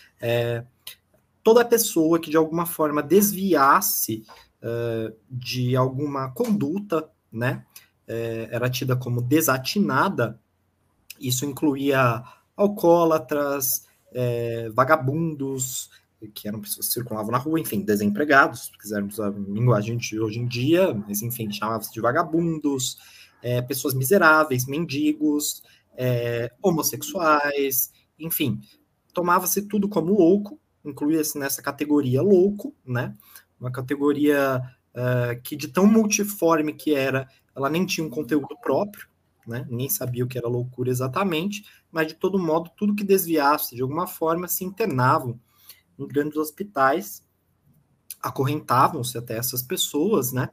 C: é, toda pessoa que de alguma forma desviasse uh, de alguma conduta, né, é, era tida como desatinada. Isso incluía alcoólatras, é, vagabundos, que eram pessoas que circulavam na rua, enfim, desempregados, se quisermos a linguagem de hoje em dia, mas enfim, chamava-se de vagabundos, é, pessoas miseráveis, mendigos, é, homossexuais, enfim, tomava-se tudo como louco, incluía-se nessa categoria louco, né? Uma categoria uh, que de tão multiforme que era, ela nem tinha um conteúdo próprio, né? Ninguém sabia o que era loucura exatamente, mas de todo modo, tudo que desviasse de alguma forma se internavam em grandes hospitais, acorrentavam-se até essas pessoas, né?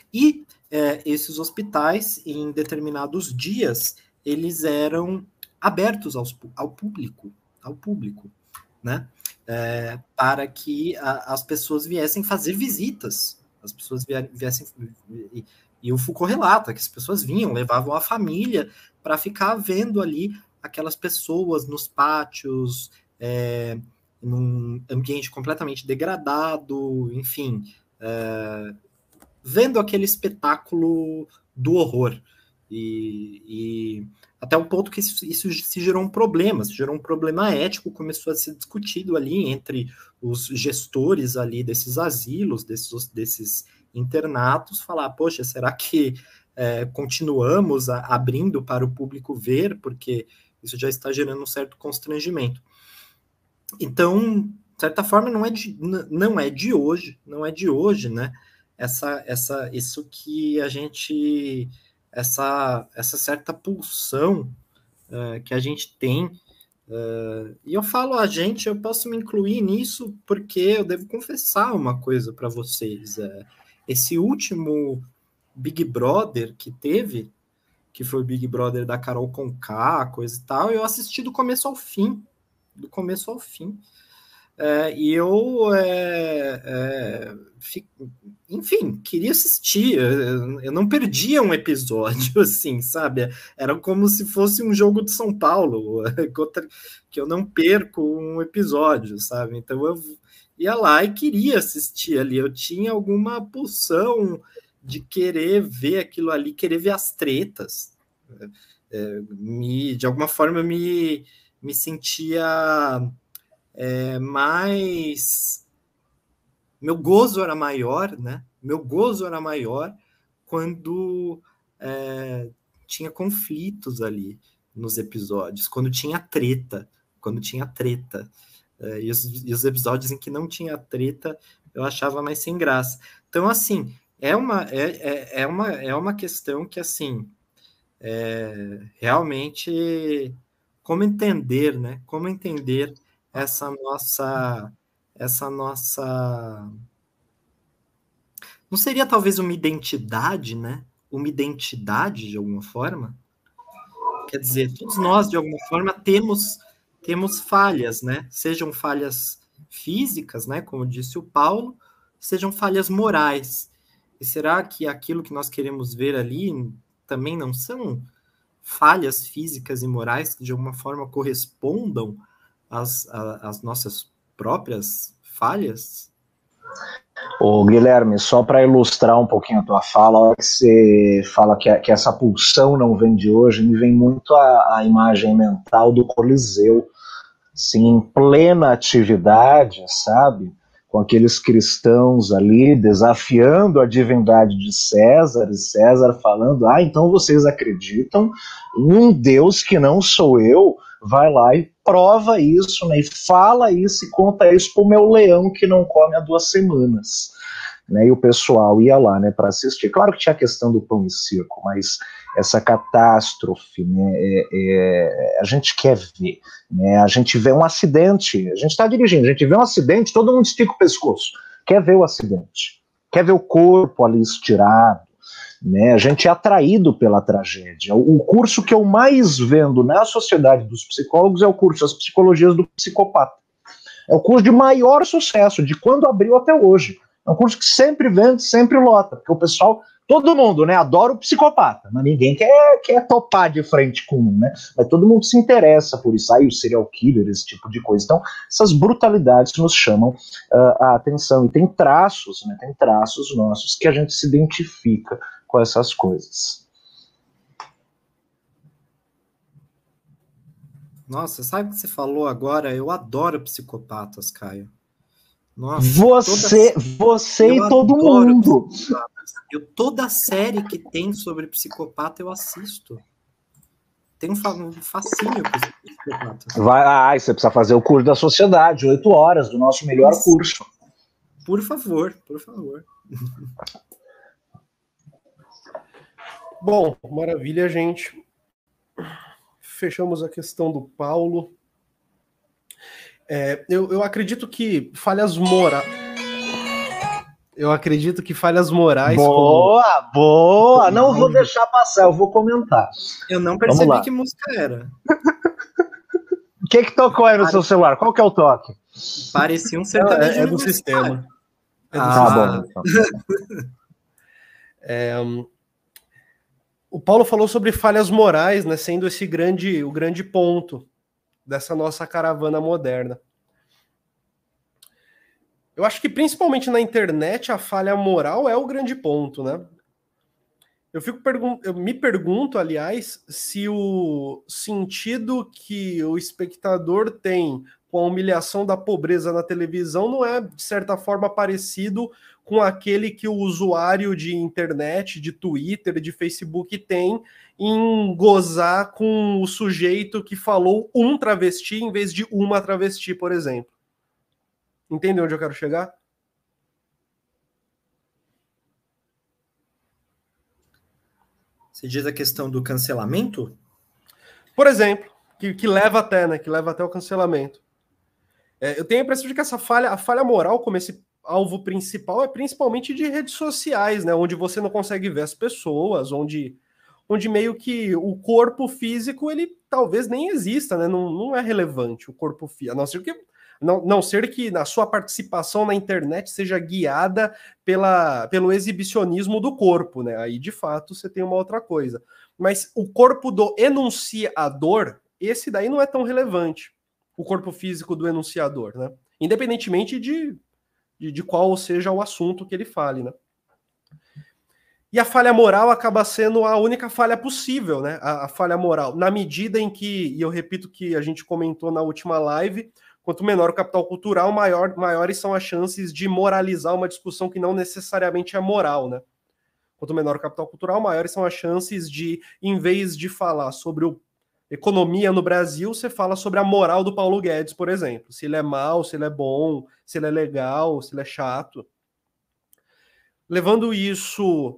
C: E é, esses hospitais, em determinados dias, eles eram abertos aos, ao público, ao público, né? É, para que a, as pessoas viessem fazer visitas, as pessoas viessem... E, e o Foucault relata que as pessoas vinham, levavam a família para ficar vendo ali aquelas pessoas nos pátios, é, num ambiente completamente degradado, enfim, é, vendo aquele espetáculo do horror. E, e até o ponto que isso, isso se gerou um problema, se gerou um problema ético, começou a ser discutido ali entre os gestores ali desses asilos, desses, desses internatos, falar, poxa, será que é, continuamos a, abrindo para o público ver, porque isso já está gerando um certo constrangimento. Então, de certa forma, não é de, não é de hoje, não é de hoje, né? Essa, essa, isso que a gente, essa, essa certa pulsão uh, que a gente tem, uh, e eu falo a gente, eu posso me incluir nisso porque eu devo confessar uma coisa para vocês. Uh, esse último Big Brother que teve, que foi o Big Brother da Carol Conká, coisa e tal, eu assisti do começo ao fim, do começo ao fim. É, e eu, é, é, fico, enfim, queria assistir. Eu, eu não perdia um episódio, assim, sabe? Era como se fosse um jogo de São Paulo, que eu não perco um episódio, sabe? Então eu ia lá e queria assistir ali. Eu tinha alguma pulsão de querer ver aquilo ali, querer ver as tretas. É, me, de alguma forma, eu me, me sentia... É, mas meu gozo era maior, né? Meu gozo era maior quando é, tinha conflitos ali nos episódios, quando tinha treta, quando tinha treta. É, e, os, e os episódios em que não tinha treta, eu achava mais sem graça. Então, assim, é uma, é, é, é uma, é uma questão que, assim, é, realmente, como entender, né? Como entender essa nossa, essa nossa, não seria talvez uma identidade, né? Uma identidade de alguma forma? Quer dizer, todos nós de alguma forma temos temos falhas, né? Sejam falhas físicas, né? Como disse o Paulo, sejam falhas morais. E será que aquilo que nós queremos ver ali também não são falhas físicas e morais que de alguma forma correspondam As, as nossas próprias falhas?
B: Ô, Guilherme, só para ilustrar um pouquinho a tua fala, a hora que você fala que, que essa pulsão não vem de hoje, me vem muito a, a imagem mental do Coliseu, assim, em plena atividade, sabe? Com aqueles cristãos ali desafiando a divindade de César, e César falando, ah, então vocês acreditam em um Deus que não sou eu? Vai lá e prova isso, né? E fala isso e conta isso pro meu leão que não come há duas semanas. Né? E o pessoal ia lá, né, para assistir. Claro que tinha a questão do pão e circo, mas essa catástrofe, né, é, é, a gente quer ver, né, a gente vê um acidente, a gente está dirigindo, a gente vê um acidente, todo mundo estica o pescoço, quer ver o acidente, quer ver o corpo ali estirado, né, a gente é atraído pela tragédia. O, o curso que eu mais vendo na Sociedade dos Psicólogos é o curso As Psicologias do Psicopata. É o curso de maior sucesso, de quando abriu até hoje. É um curso que sempre vende, sempre lota, porque o pessoal, todo mundo, né, adora o psicopata, mas ninguém quer, quer topar de frente com um, né, mas todo mundo se interessa por isso, aí o serial killer, esse tipo de coisa. Então, essas brutalidades nos chamam uh, a atenção, e tem traços, né, tem traços nossos que a gente se identifica com essas coisas.
C: Nossa, sabe o que você falou agora? Eu adoro psicopatas, Caio.
B: Nossa, você, toda... você e todo mundo.
C: Eu, toda série que tem sobre psicopata eu assisto. Tem um fascínio com psicopata.
B: Vai, ah, você precisa fazer o curso da Sociedade, oito horas do nosso melhor Mas, curso.
C: Por favor, por favor.
A: Bom, maravilha, gente. Fechamos a questão do Paulo. É, eu, eu acredito que falhas morais. Eu acredito que falhas morais.
B: Boa, como... boa! Não vou deixar passar, eu vou comentar.
C: Eu não percebi que música era.
B: O que que tocou aí no Pare... seu celular? Qual que é o toque?
C: Parecia um sertanejo.
A: É, é do sistema.
B: É do ah, sistema. Bom. Então.
A: é, um... O Paulo falou sobre falhas morais, né, sendo esse grande, o grande ponto dessa nossa caravana moderna. Eu acho que principalmente na internet a falha moral é o grande ponto, né? Eu, fico pergun- eu me pergunto, aliás, se o sentido que o espectador tem com a humilhação da pobreza na televisão não é, de certa forma, parecido com aquele que o usuário de internet, de Twitter, de Facebook tem em gozar com o sujeito que falou um travesti em vez de uma travesti, por exemplo. Entendeu onde eu quero chegar?
C: Você diz a questão do cancelamento?
A: Por exemplo, que, que leva até, né? Que leva até o cancelamento. É, eu tenho a impressão de que essa falha, a falha moral, como esse alvo principal, é principalmente de redes sociais, né? Onde você não consegue ver as pessoas, onde, onde meio que o corpo físico, ele talvez nem exista, né? Não, não é relevante o corpo físico, a não ser que Não, não ser que na sua participação na internet seja guiada pela, pelo exibicionismo do corpo, né? Aí, de fato, você tem uma outra coisa. Mas o corpo do enunciador, esse daí não é tão relevante. O corpo físico do enunciador, né? Independentemente de, de, de qual seja o assunto que ele fale, né? E a falha moral acaba sendo a única falha possível, né? A, a falha moral, na medida em que, e eu repito que a gente comentou na última live, quanto menor o capital cultural, maior, maiores são as chances de moralizar uma discussão que não necessariamente é moral, né? Quanto menor o capital cultural, maiores são as chances de, em vez de falar sobre o, economia no Brasil, você fala sobre a moral do Paulo Guedes, por exemplo. Se ele é mau, se ele é bom, se ele é legal, se ele é chato. Levando isso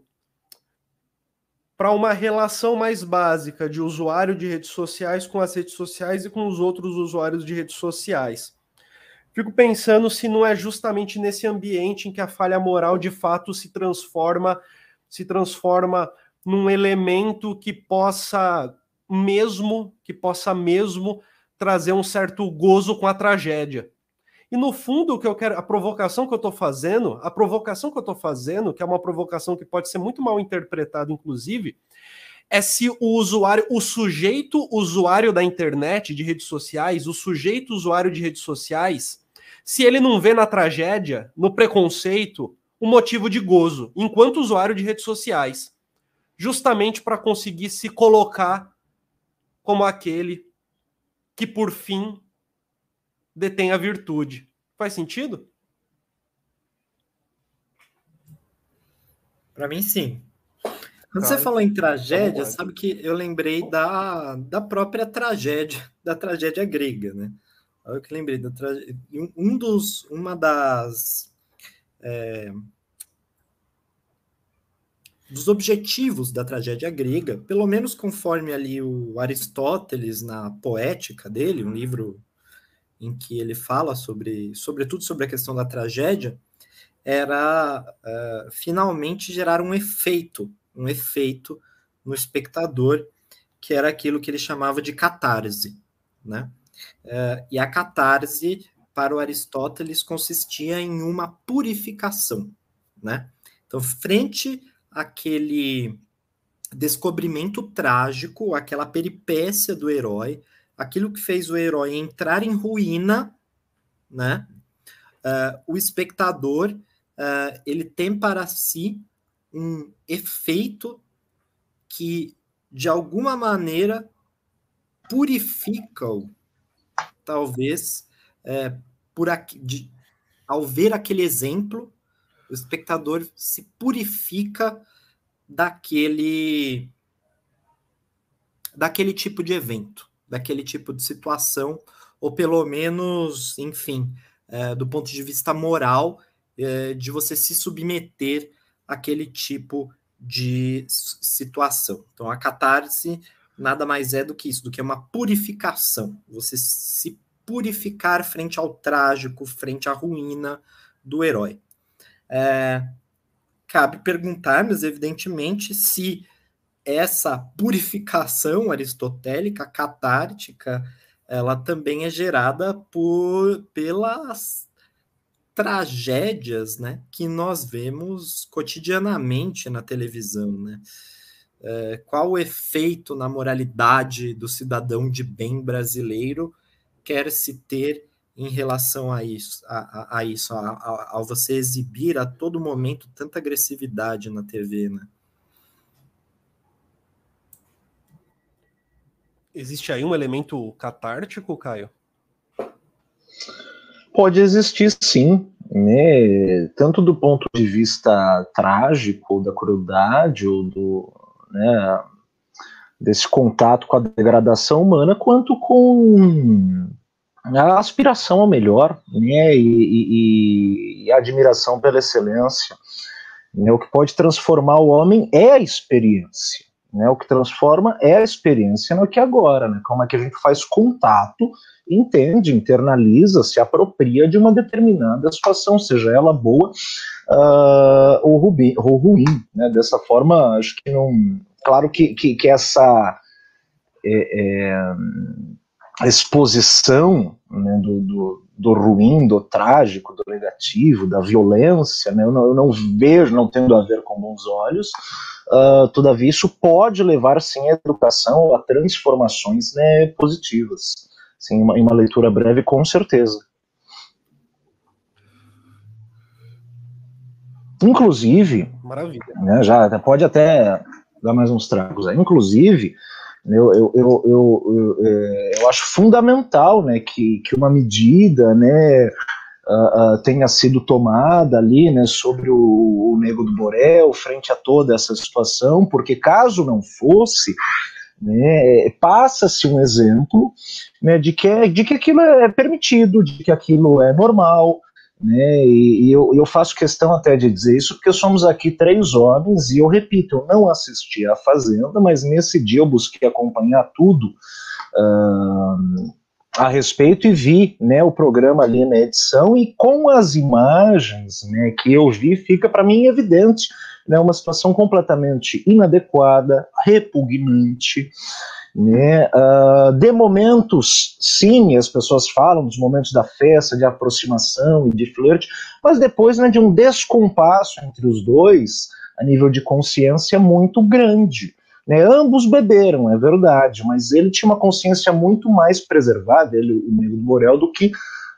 A: para uma relação mais básica de usuário de redes sociais com as redes sociais e com os outros usuários de redes sociais. Fico pensando se não é justamente nesse ambiente em que a falha moral de fato se transforma, se transforma num elemento que possa mesmo, que possa mesmo trazer um certo gozo com a tragédia. E no fundo, o que eu quero, a provocação que eu estou fazendo, a provocação que eu estou fazendo, que é uma provocação que pode ser muito mal interpretada, inclusive, é se o usuário, o sujeito usuário da internet, de redes sociais, o sujeito usuário de redes sociais, se ele não vê na tragédia, no preconceito, um motivo de gozo, enquanto usuário de redes sociais, justamente para conseguir se colocar como aquele que, por fim, detém a virtude. Faz sentido?
C: Para mim, sim. Quando
A: Cara,
C: você falou em tragédia,
A: tá bom,
C: sabe que eu lembrei da, da própria tragédia, da tragédia grega, né? Eu que lembrei da tragédia. Um dos, uma das é, dos objetivos da tragédia grega, pelo menos conforme ali o Aristóteles na Poética dele, um livro em que ele fala sobre, sobretudo sobre a questão da tragédia, era uh, finalmente gerar um efeito, um efeito no espectador, que era aquilo que ele chamava de catarse, né? Uh, e a catarse, para o Aristóteles, consistia em uma purificação, né? Então, frente àquele descobrimento trágico, aquela peripécia do herói, aquilo que fez o herói entrar em ruína, né? Uh, o espectador uh, ele tem para si um efeito que, de alguma maneira, purifica-o, talvez, é, por aqui, de, ao ver aquele exemplo, o espectador se purifica daquele, daquele tipo de evento, daquele tipo de situação, ou pelo menos, enfim, é, do ponto de vista moral, é, de você se submeter àquele tipo de situação. Então, a catarse nada mais é do que isso, do que uma purificação. Você se purificar frente ao trágico, frente à ruína do herói. É, cabe perguntar, mas evidentemente, se essa purificação aristotélica, catártica, ela também é gerada por, pelas tragédias, né, que nós vemos cotidianamente na televisão, né? É, qual o efeito na moralidade do cidadão de bem brasileiro quer se ter em relação a isso, a, a, a isso, a, a, ao você exibir a todo momento tanta agressividade na T V, né?
A: Existe aí um elemento catártico, Caio?
B: Pode existir, sim, né? Tanto do ponto de vista trágico, da crueldade, ou do, né, desse contato com a degradação humana, quanto com a aspiração ao melhor, né? e, e, e a admiração pela excelência. Né? O que pode transformar o homem é a experiência. Né? O que transforma é a experiência no aqui e agora, né? Como é que a gente faz contato, entende, internaliza, se apropria de uma determinada situação, seja ela boa uh, ou, rubi, ou ruim. Né? Dessa forma, acho que não... Claro que, que, que essa é, é, exposição, né, do, do, do ruim, do trágico, do negativo, da violência, né, eu, não, eu não vejo, não tendo a ver com bons olhos. Uh, todavia, isso pode levar, sim, à educação, a transformações, né, positivas. Sim, uma, em uma leitura breve, com certeza. Inclusive,
A: maravilha,
B: né, já pode até dar mais uns tragos aí. Inclusive, eu, eu, eu, eu, eu, eu acho fundamental, né, que, que uma medida, né, Uh, uh, tenha sido tomada ali, né, sobre o, o Nego do Borel, frente a toda essa situação, porque caso não fosse, né, passa-se um exemplo, né, de, que, de que aquilo é permitido, de que aquilo é normal, né, e, e eu, eu faço questão até de dizer isso, porque somos aqui três homens, e eu repito, eu não assisti à Fazenda, mas nesse dia eu busquei acompanhar tudo, uh, a respeito, e vi, né, o programa ali na edição, e com as imagens, né, que eu vi, fica para mim evidente, né, uma situação completamente inadequada, repugnante, né, uh, de momentos, sim, as pessoas falam dos momentos da festa, de aproximação e de flerte, mas depois, né, de um descompasso entre os dois, a nível de consciência muito grande. Né, ambos beberam, é verdade, mas ele tinha uma consciência muito mais preservada, ele, o Nego do Borel, do que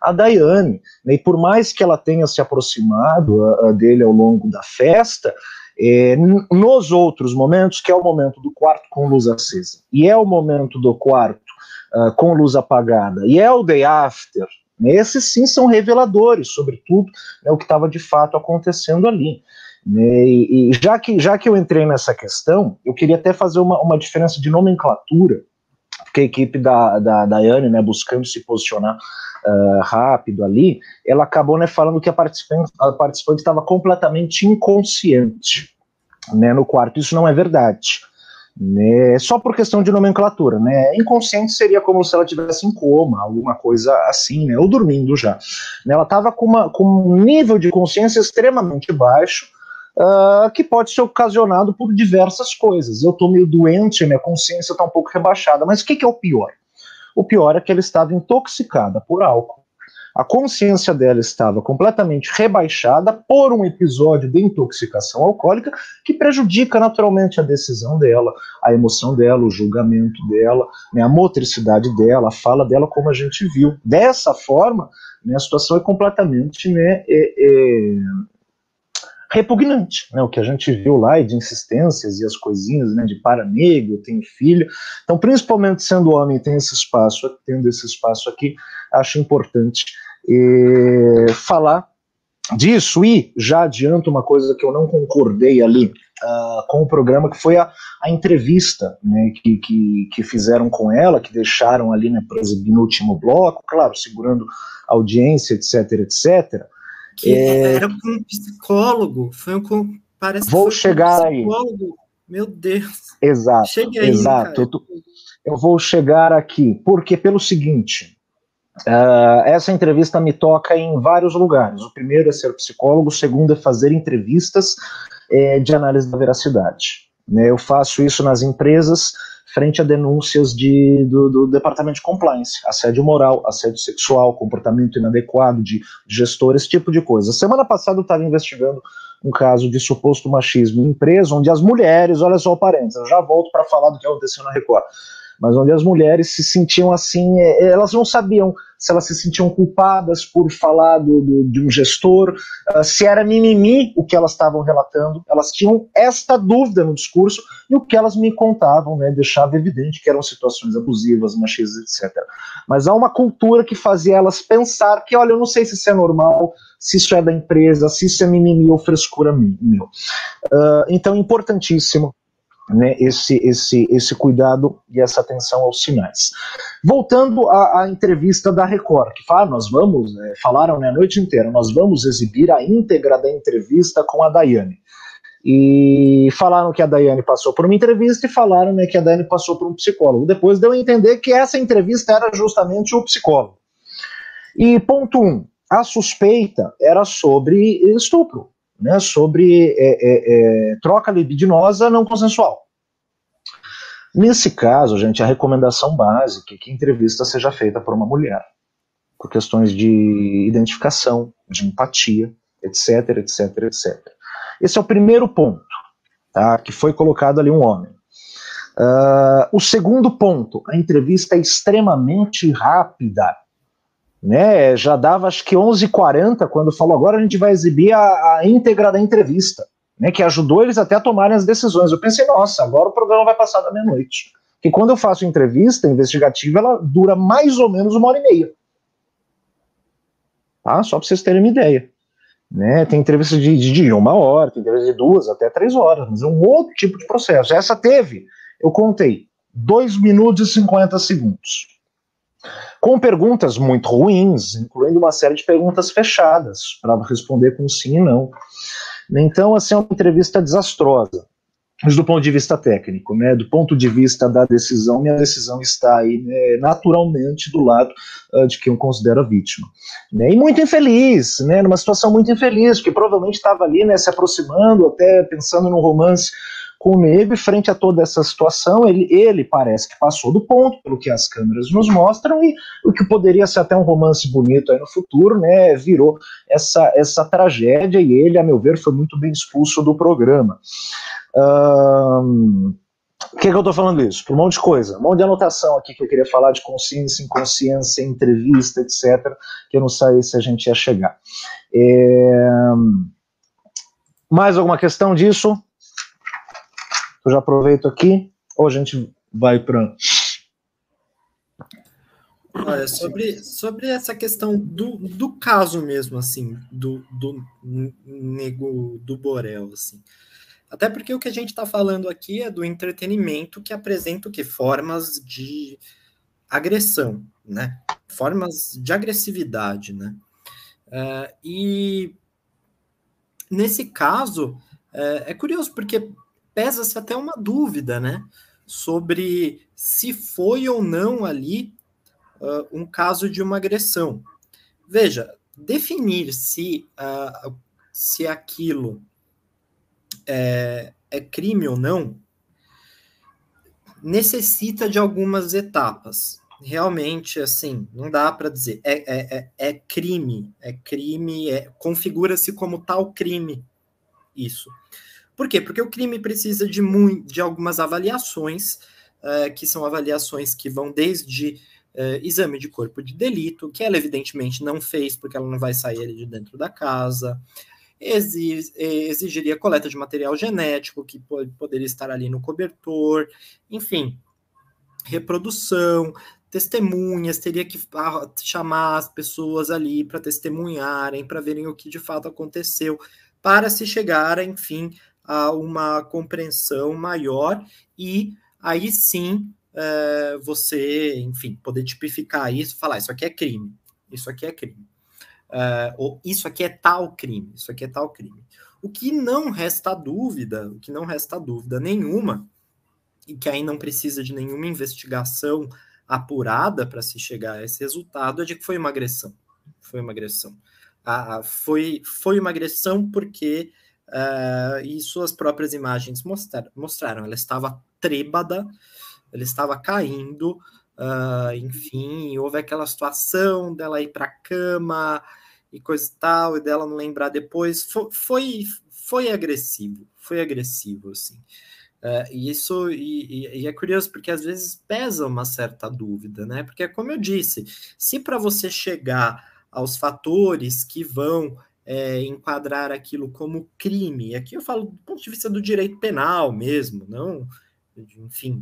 B: a Daiane, né? E por mais que ela tenha se aproximado a, a dele ao longo da festa, é, nos outros momentos, que é o momento do quarto com luz acesa, e é o momento do quarto uh, com luz apagada, e é o day after, né? Esses sim são reveladores, sobretudo, né, o que estava de fato acontecendo ali. Né? E, e já, que, já que eu entrei nessa questão, eu queria até fazer uma, uma diferença de nomenclatura, porque a equipe da, da Daiane, né, buscando se posicionar uh, rápido ali, ela acabou, né, falando que a participante a participante estava completamente inconsciente, né, no quarto. Isso não é verdade, né, só por questão de nomenclatura, né. Inconsciente seria como se ela estivesse em coma, alguma coisa assim, né, ou dormindo já, né. Ela estava com, uma, com um nível de consciência extremamente baixo, Uh, que pode ser ocasionado por diversas coisas. Eu estou meio doente, minha consciência está um pouco rebaixada, mas o que, que é o pior? O pior é que ela estava intoxicada por álcool. A consciência dela estava completamente rebaixada por um episódio de intoxicação alcoólica que prejudica naturalmente a decisão dela, a emoção dela, o julgamento dela, né, a motricidade dela, a fala dela, como a gente viu. Dessa forma, né, a situação é completamente, né, é, é, repugnante, né, o que a gente viu lá, e de insistências e as coisinhas, né, de para nego, eu tenho filho. Então, principalmente sendo homem, tem esse espaço, tendo esse espaço aqui, acho importante eh, falar disso. E já adianto uma coisa que eu não concordei ali uh, com o programa, que foi a, a entrevista, né, que, que, que fizeram com ela, que deixaram ali, né, para exibir no último bloco, claro, segurando a audiência, etc, etcétera.
C: Que é... era com um psicólogo, foi um com, parece
B: vou
C: que foi
B: chegar
C: com um psicólogo. Aí. Meu Deus.
B: Exato.
C: Chegue aí,
B: exato.
C: cara.
B: Eu, tô, eu vou chegar aqui, porque pelo seguinte, uh, essa entrevista me toca em vários lugares. O primeiro é ser psicólogo, o segundo é fazer entrevistas é, de análise da veracidade. Né? Eu faço isso nas empresas frente a denúncias de, do, do departamento de compliance, assédio moral, assédio sexual, comportamento inadequado de gestores, esse tipo de coisa. Semana passada eu estava investigando um caso de suposto machismo em empresa, onde as mulheres, olha só o parênteses, eu já volto para falar do que aconteceu na Record, mas onde as mulheres se sentiam assim, elas não sabiam se elas se sentiam culpadas por falar do, do, de um gestor, uh, se era mimimi o que elas estavam relatando, elas tinham esta dúvida no discurso, e o que elas me contavam, né, deixava evidente que eram situações abusivas, machistas, etcétera. Mas há uma cultura que fazia elas pensar que, olha, eu não sei se isso é normal, se isso é da empresa, se isso é mimimi ou frescura meu. Uh, então, importantíssimo, né, esse, esse, esse cuidado e essa atenção aos sinais. Voltando à, à entrevista da Record, que fala, nós vamos, é, falaram, né, a noite inteira, nós vamos exibir a íntegra da entrevista com a Daiane. E falaram que a Daiane passou por uma entrevista e falaram, né, que a Daiane passou por um psicólogo. Depois deu a entender que essa entrevista era justamente o psicólogo. E ponto um, a suspeita era sobre estupro. Né, sobre é, é, é, troca libidinosa não consensual. Nesse caso, gente, a recomendação básica é que a entrevista seja feita por uma mulher, por questões de identificação, de empatia, etc, etc, etcétera. Esse é o primeiro ponto, tá, que foi colocado ali um homem. Uh, o segundo ponto, a entrevista é extremamente rápida. Né, já dava acho que onze e quarenta quando falou, agora a gente vai exibir a, a íntegra da entrevista, né, que ajudou eles até a tomarem as decisões. Eu pensei, nossa, agora o programa vai passar da meia-noite. Porque quando eu faço entrevista investigativa, ela dura mais ou menos uma hora e meia. Tá? Só para vocês terem uma ideia. Né, tem entrevista de, de, de uma hora, tem entrevista de duas até três horas, mas é um outro tipo de processo. Essa teve, eu contei, dois minutos e cinquenta segundos. Com perguntas muito ruins, incluindo uma série de perguntas fechadas, para responder com sim e não. Então, assim, é uma entrevista desastrosa, mas do ponto de vista técnico, né, do ponto de vista da decisão, minha decisão está aí, né, naturalmente do lado uh, de quem eu considero a vítima. Né, e muito infeliz, né, numa situação muito infeliz, porque provavelmente estava ali, né, se aproximando, até pensando num romance com o negro, e frente a toda essa situação, ele, ele parece que passou do ponto, pelo que as câmeras nos mostram, e o que poderia ser até um romance bonito aí no futuro, né, virou essa, essa tragédia, e ele, a meu ver, foi muito bem expulso do programa. Um, Por que, que eu estou falando isso? Por um monte de coisa, um monte de anotação aqui que eu queria falar de consciência, inconsciência, entrevista, etcétera, que eu não sei se a gente ia chegar. É... Mais alguma questão disso? Eu já aproveito aqui, ou a gente vai para...
C: Olha, sobre, sobre essa questão do, do caso mesmo, assim, do, do Nego do Borel, assim. Até porque o que a gente está falando aqui é do entretenimento que apresenta o quê? Formas de agressão, né? Formas de agressividade, né? Uh, e nesse caso, uh, é curioso porque pesa-se até uma dúvida, né? Sobre se foi ou não ali uh, um caso de uma agressão. Veja, definir se, uh, se aquilo é, é crime ou não necessita de algumas etapas. Realmente, assim, não dá para dizer. É, é, é crime, é crime, é, configura-se como tal crime isso. Por quê? Porque o crime precisa de, muito, de algumas avaliações, uh, que são avaliações que vão desde uh, exame de corpo de delito, que ela evidentemente não fez, porque ela não vai sair ali de dentro da casa, exig, exigiria coleta de material genético, que pode, poderia estar ali no cobertor, enfim, reprodução, testemunhas, teria que chamar as pessoas ali para testemunharem, para verem o que de fato aconteceu, para se chegar, enfim, a uma compreensão maior e aí sim é, você, enfim, poder tipificar isso, falar isso aqui é crime, isso aqui é crime, é, ou isso aqui é tal crime, isso aqui é tal crime. O que não resta dúvida, o que não resta dúvida nenhuma, e que aí não precisa de nenhuma investigação apurada para se chegar a esse resultado, é de que foi uma agressão. Foi uma agressão. Ah, foi, foi uma agressão porque, uh, e suas próprias imagens mostrar, mostraram, ela estava trêbada, ela estava caindo, uh, enfim, houve aquela situação dela ir para a cama e coisa e tal, e dela não lembrar depois. Foi, foi, foi agressivo, foi agressivo, assim. Uh, e isso e, e é curioso porque às vezes pesa uma certa dúvida, né? Porque, como eu disse, se para você chegar aos fatores que vão é, enquadrar aquilo como crime, aqui eu falo do ponto de vista do direito penal mesmo, não, enfim,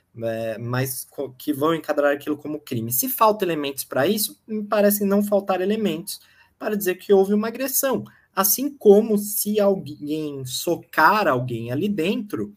C: é, mas que vão enquadrar aquilo como crime. Se faltam elementos para isso, me parece não faltar elementos para dizer que houve uma agressão. Assim como se alguém socar alguém ali dentro,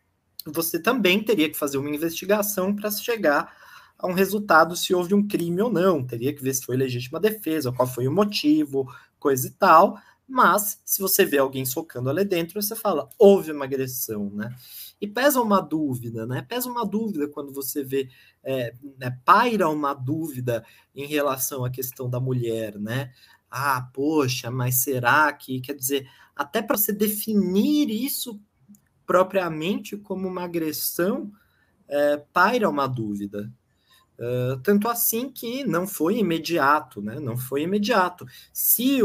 C: você também teria que fazer uma investigação para chegar a um resultado se houve um crime ou não, teria que ver se foi legítima defesa, qual foi o motivo, coisa e tal, mas se você vê alguém socando ali dentro, você fala, houve uma agressão, né? E pesa uma dúvida, né? Pesa uma dúvida quando você vê, é, né, paira uma dúvida em relação à questão da mulher, né? Ah, poxa, mas será que, quer dizer, até para você definir isso propriamente como uma agressão, é, paira uma dúvida. Uh, tanto assim que não foi imediato, né? Não foi imediato. Se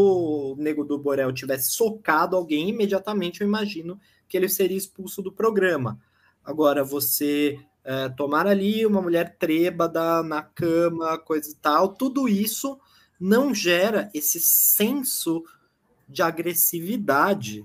C: o Nego do Borel tivesse socado alguém, imediatamente eu imagino que ele seria expulso do programa. Agora, você uh, tomar ali uma mulher trêbada na cama, coisa e tal, tudo isso não gera esse senso de agressividade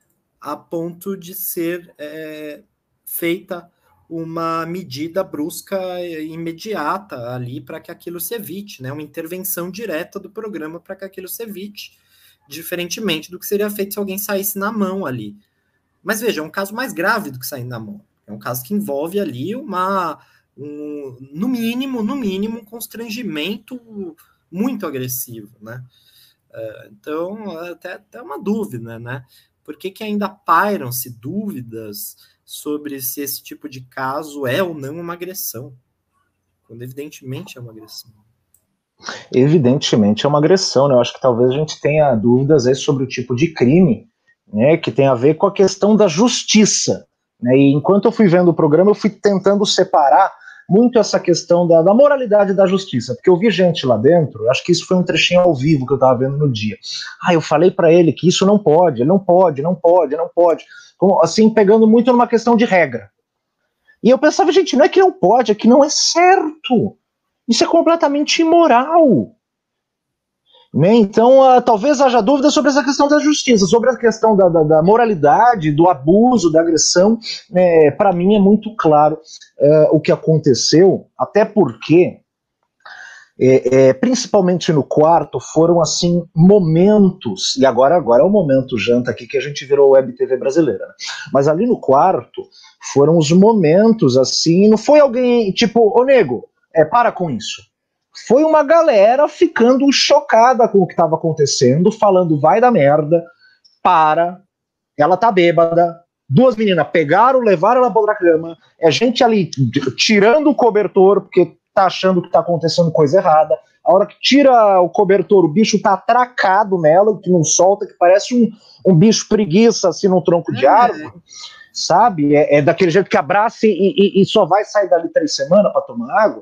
C: a ponto de ser é, feita uma medida brusca e imediata ali para que aquilo se evite, né? Uma intervenção direta do programa para que aquilo se evite, diferentemente do que seria feito se alguém saísse na mão ali. Mas veja, é um caso mais grave do que sair na mão. É um caso que envolve ali uma, um, no mínimo, no mínimo, um constrangimento muito agressivo, né? Uh, então, até, até uma dúvida, né? Por que que ainda pairam-se dúvidas sobre se esse tipo de caso é ou não uma agressão? Quando evidentemente é uma agressão.
B: Evidentemente é uma agressão, né? Eu acho que talvez a gente tenha dúvidas aí sobre o tipo de crime, né, que tem a ver com a questão da justiça, né? E enquanto eu fui vendo o programa, eu fui tentando separar muito essa questão da, da moralidade da justiça, porque eu vi gente lá dentro, acho que isso foi um trechinho ao vivo que eu estava vendo no dia. Ah, eu falei para ele que isso não pode, não pode, não pode, não pode, como, assim, pegando muito numa questão de regra. E eu pensava, gente, não é que não pode, é que não é certo. Isso é completamente imoral. Né? Então, uh, talvez haja dúvida sobre essa questão da justiça, sobre a questão da, da, da moralidade, do abuso, da agressão. Né? Para mim é muito claro uh, o que aconteceu, até porque, é, é, principalmente no quarto, foram assim momentos, e agora, agora é o momento janta aqui que a gente virou web T V brasileira, né? Mas ali no quarto foram os momentos assim, não foi alguém tipo, ô nego, é, para com isso. Foi uma galera ficando chocada com o que estava acontecendo, falando vai dar merda, para, ela tá bêbada, duas meninas pegaram, levaram ela pra outra cama, é gente ali tirando o cobertor, porque tá achando que tá acontecendo coisa errada, a hora que tira o cobertor, o bicho tá atracado nela, que não solta, que parece um, um bicho preguiça assim num tronco de árvore, sabe? É, é daquele jeito que abraça e, e, e só vai sair dali três semanas para tomar água.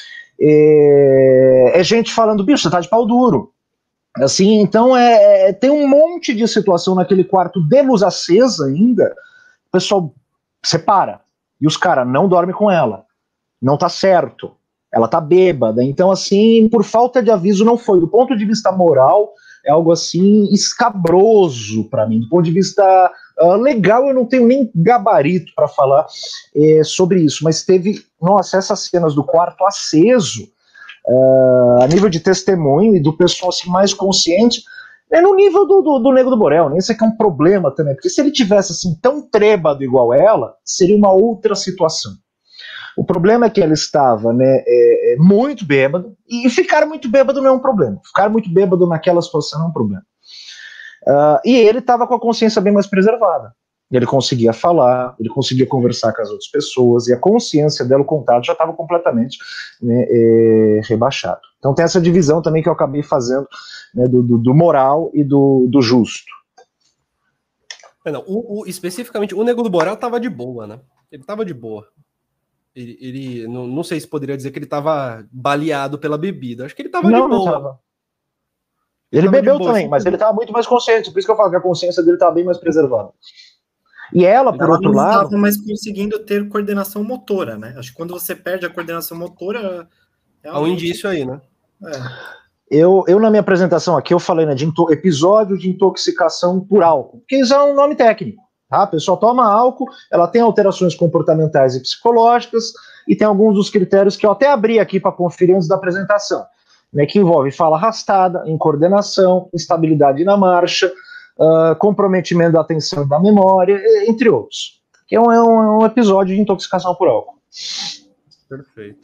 B: É, é gente falando, bicho, você tá de pau duro. Assim, então é, é, tem um monte de situação naquele quarto de luz acesa ainda, o pessoal separa, e os caras não dormem com ela, não tá certo, ela tá bêbada, então assim, por falta de aviso não foi, do ponto de vista moral, é algo assim escabroso para mim, do ponto de vista uh, legal eu não tenho nem gabarito para falar é, sobre isso, mas teve, nossa, essas cenas do quarto aceso, uh, a nível de testemunho e do pessoal assim, mais consciente, é no nível do, do, do Nego do Borel, né? Isso aqui é um problema também, porque se ele tivesse assim tão trêbado igual ela, seria uma outra situação. O problema é que ela estava, né, é, é, muito bêbado, e ficar muito bêbado não é um problema. Ficar muito bêbado naquela situação não é um problema. Uh, e ele estava com a consciência bem mais preservada. Ele conseguia falar, ele conseguia conversar com as outras pessoas, e a consciência dela, o contato, já estava completamente, né, é, rebaixado. Então tem essa divisão também que eu acabei fazendo, né, do, do, do moral e do, do justo.
A: Não, o, o, especificamente, o Nego do Borel estava de boa, né? Ele estava de boa. Ele, ele não, não sei se poderia dizer que ele estava baleado pela bebida. Acho que ele estava de boa.
B: Não tava. Ele, ele bebeu boa, também, mas ele estava muito mais consciente. Por isso que eu falo que a consciência dele estava bem mais preservada. E ela, por ela outro lado...
C: não estava mais conseguindo ter coordenação motora, né? Acho que quando você perde a coordenação motora...
A: Há um indício aí, né?
C: É.
B: Eu, eu, na minha apresentação aqui, eu falei, né, de episódio de intoxicação por álcool, porque isso é um nome técnico. Tá? A pessoa toma álcool, ela tem alterações comportamentais e psicológicas, e tem alguns dos critérios que eu até abri aqui para conferir antes da apresentação, né, que envolve fala arrastada, incoordenação, instabilidade na marcha, uh, comprometimento da atenção e da memória, entre outros. Que é um, é um episódio de intoxicação por álcool.
A: Perfeito.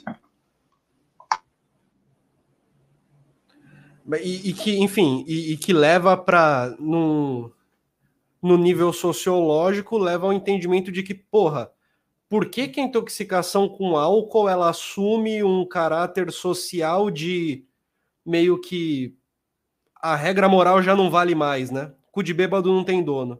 A: E, e que, enfim, e, e que leva para... No... no nível sociológico, leva ao entendimento de que, porra, por que que a intoxicação com álcool ela assume um caráter social de meio que a regra moral já não vale mais, né? Cu de bêbado não tem dono.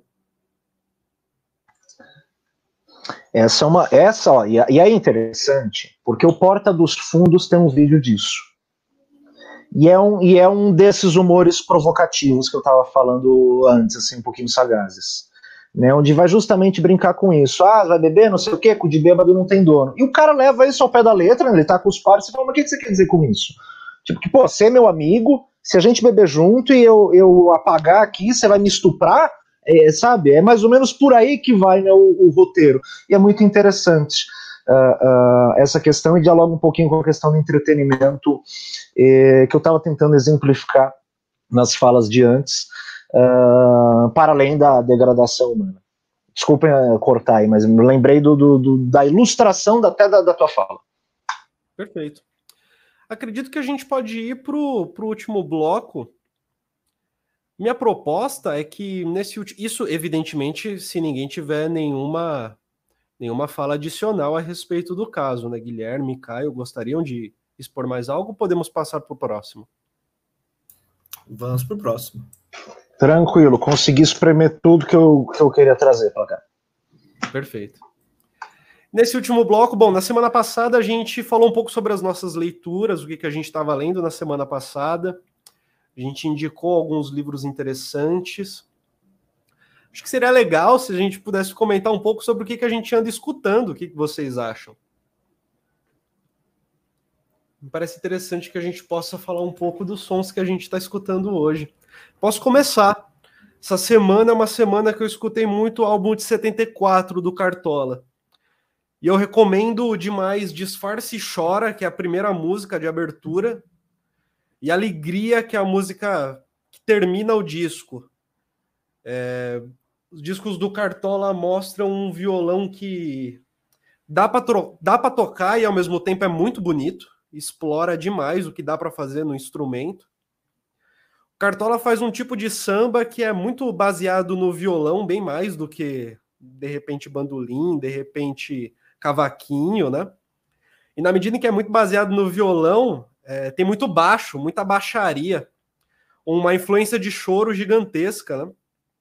B: Essa é uma... Essa, ó, e é interessante, porque o Porta dos Fundos tem um vídeo disso. E é um, e é um desses humores provocativos que eu estava falando antes, assim, um pouquinho sagazes, né, onde vai justamente brincar com isso. Ah, vai beber, não sei o quê, cu de bêbado não tem dono. E o cara leva isso ao pé da letra, né, ele tá com os pares, e fala, mas o que você quer dizer com isso? Tipo, que, pô, você é meu amigo, se a gente beber junto e eu, eu apagar aqui, você vai me estuprar? É, sabe? É mais ou menos por aí que vai, né, o, o roteiro. E é muito interessante. Uh, uh, essa questão e dialoga um pouquinho com a questão do entretenimento eh, que eu estava tentando exemplificar nas falas de antes, uh, para além da degradação humana. Desculpem uh, cortar aí, mas me lembrei do, do, do, da ilustração da, até da, da tua fala.
A: Perfeito. Acredito que a gente pode ir para o último bloco. Minha proposta é que nesse isso, evidentemente, se ninguém tiver nenhuma nenhuma fala adicional a respeito do caso, né? Guilherme e Caio gostariam de expor mais algo? Podemos passar para o próximo?
C: Vamos para o próximo.
B: Tranquilo, consegui espremer tudo que eu, que eu queria trazer para cá.
A: Perfeito. Nesse último bloco, bom, na semana passada a gente falou um pouco sobre as nossas leituras, o que, que a gente estava lendo na semana passada. A gente indicou alguns livros interessantes. Acho que seria legal se a gente pudesse comentar um pouco sobre o que, que a gente anda escutando, o que, que vocês acham. Me parece interessante que a gente possa falar um pouco dos sons que a gente está escutando hoje. Posso começar. Essa semana é uma semana que eu escutei muito o álbum de setenta e quatro do Cartola. E eu recomendo demais Disfarce e Chora, que é a primeira música de abertura, e Alegria, que é a música que termina o disco. É, os discos do Cartola mostram um violão que dá para tro- dá para tocar e ao mesmo tempo é muito bonito, explora demais o que dá para fazer no instrumento. Cartola faz um tipo de samba que é muito baseado no violão, bem mais do que, de repente, bandolim, de repente, cavaquinho, né? E na medida em que é muito baseado no violão, é, tem muito baixo, muita baixaria, uma influência de choro gigantesca, né?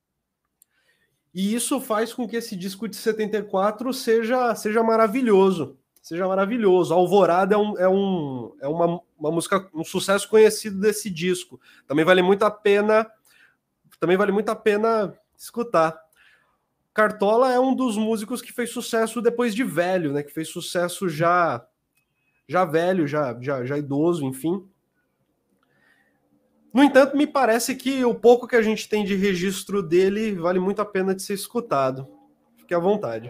A: E isso faz com que esse disco de setenta e quatro seja, seja maravilhoso. Seja maravilhoso. Alvorada é, um, é, um, é uma, uma música, um sucesso conhecido desse disco. Também vale muito a pena, também vale muito a pena escutar. Cartola é um dos músicos que fez sucesso depois de velho, né? Que fez sucesso já, já velho, já, já, já idoso, enfim. No entanto, me parece que o pouco que a gente tem de registro dele vale muito a pena de ser escutado. Fique à vontade.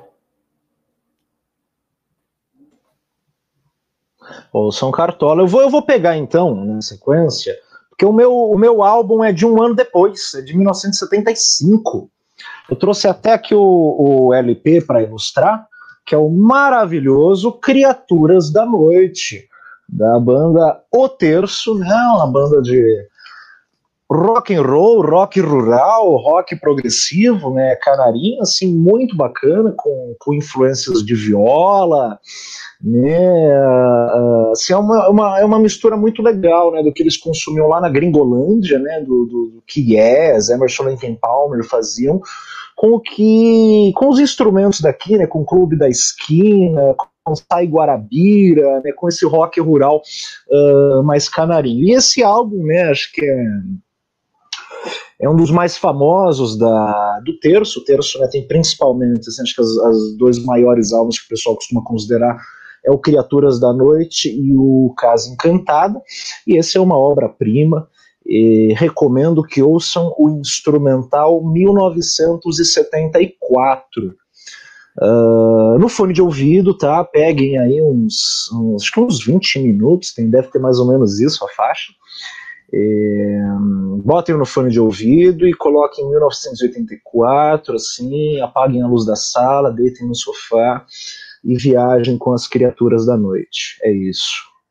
B: Ô, São Cartola, eu vou, eu vou pegar então, na sequência, porque o meu, o meu álbum é de um ano depois, é de mil novecentos e setenta e cinco. Eu trouxe até aqui o, o L P para ilustrar, que é o maravilhoso Criaturas da Noite, da banda O Terço, né, uma banda de rock and roll, rock rural, rock progressivo, né, canarinho, assim, muito bacana, com, com influências de viola, né, assim, é uma, uma, é uma mistura muito legal, né, do que eles consumiam lá na Gringolândia, né, do, do, do que Yes, Emerson Lake and Palmer faziam, com o que, com os instrumentos daqui, né, com o Clube da Esquina, com Sai Guarabira, né, com esse rock rural uh, mais canarinho. E esse álbum, né, acho que é é um dos mais famosos da, do Terço. O Terço, né, tem principalmente, assim, acho que as, as dois maiores álbuns que o pessoal costuma considerar é o Criaturas da Noite e o Casa Encantada, e esse é uma obra-prima. E recomendo que ouçam o instrumental mil novecentos e setenta e quatro. Uh, no fone de ouvido, tá? Peguem aí uns, uns, acho que uns vinte minutos, tem, deve ter mais ou menos isso a faixa. É, botem no fone de ouvido e coloquem mil novecentos e oitenta e quatro, assim, apaguem a luz da sala, deitem no sofá e viajem com as Criaturas da Noite. É isso.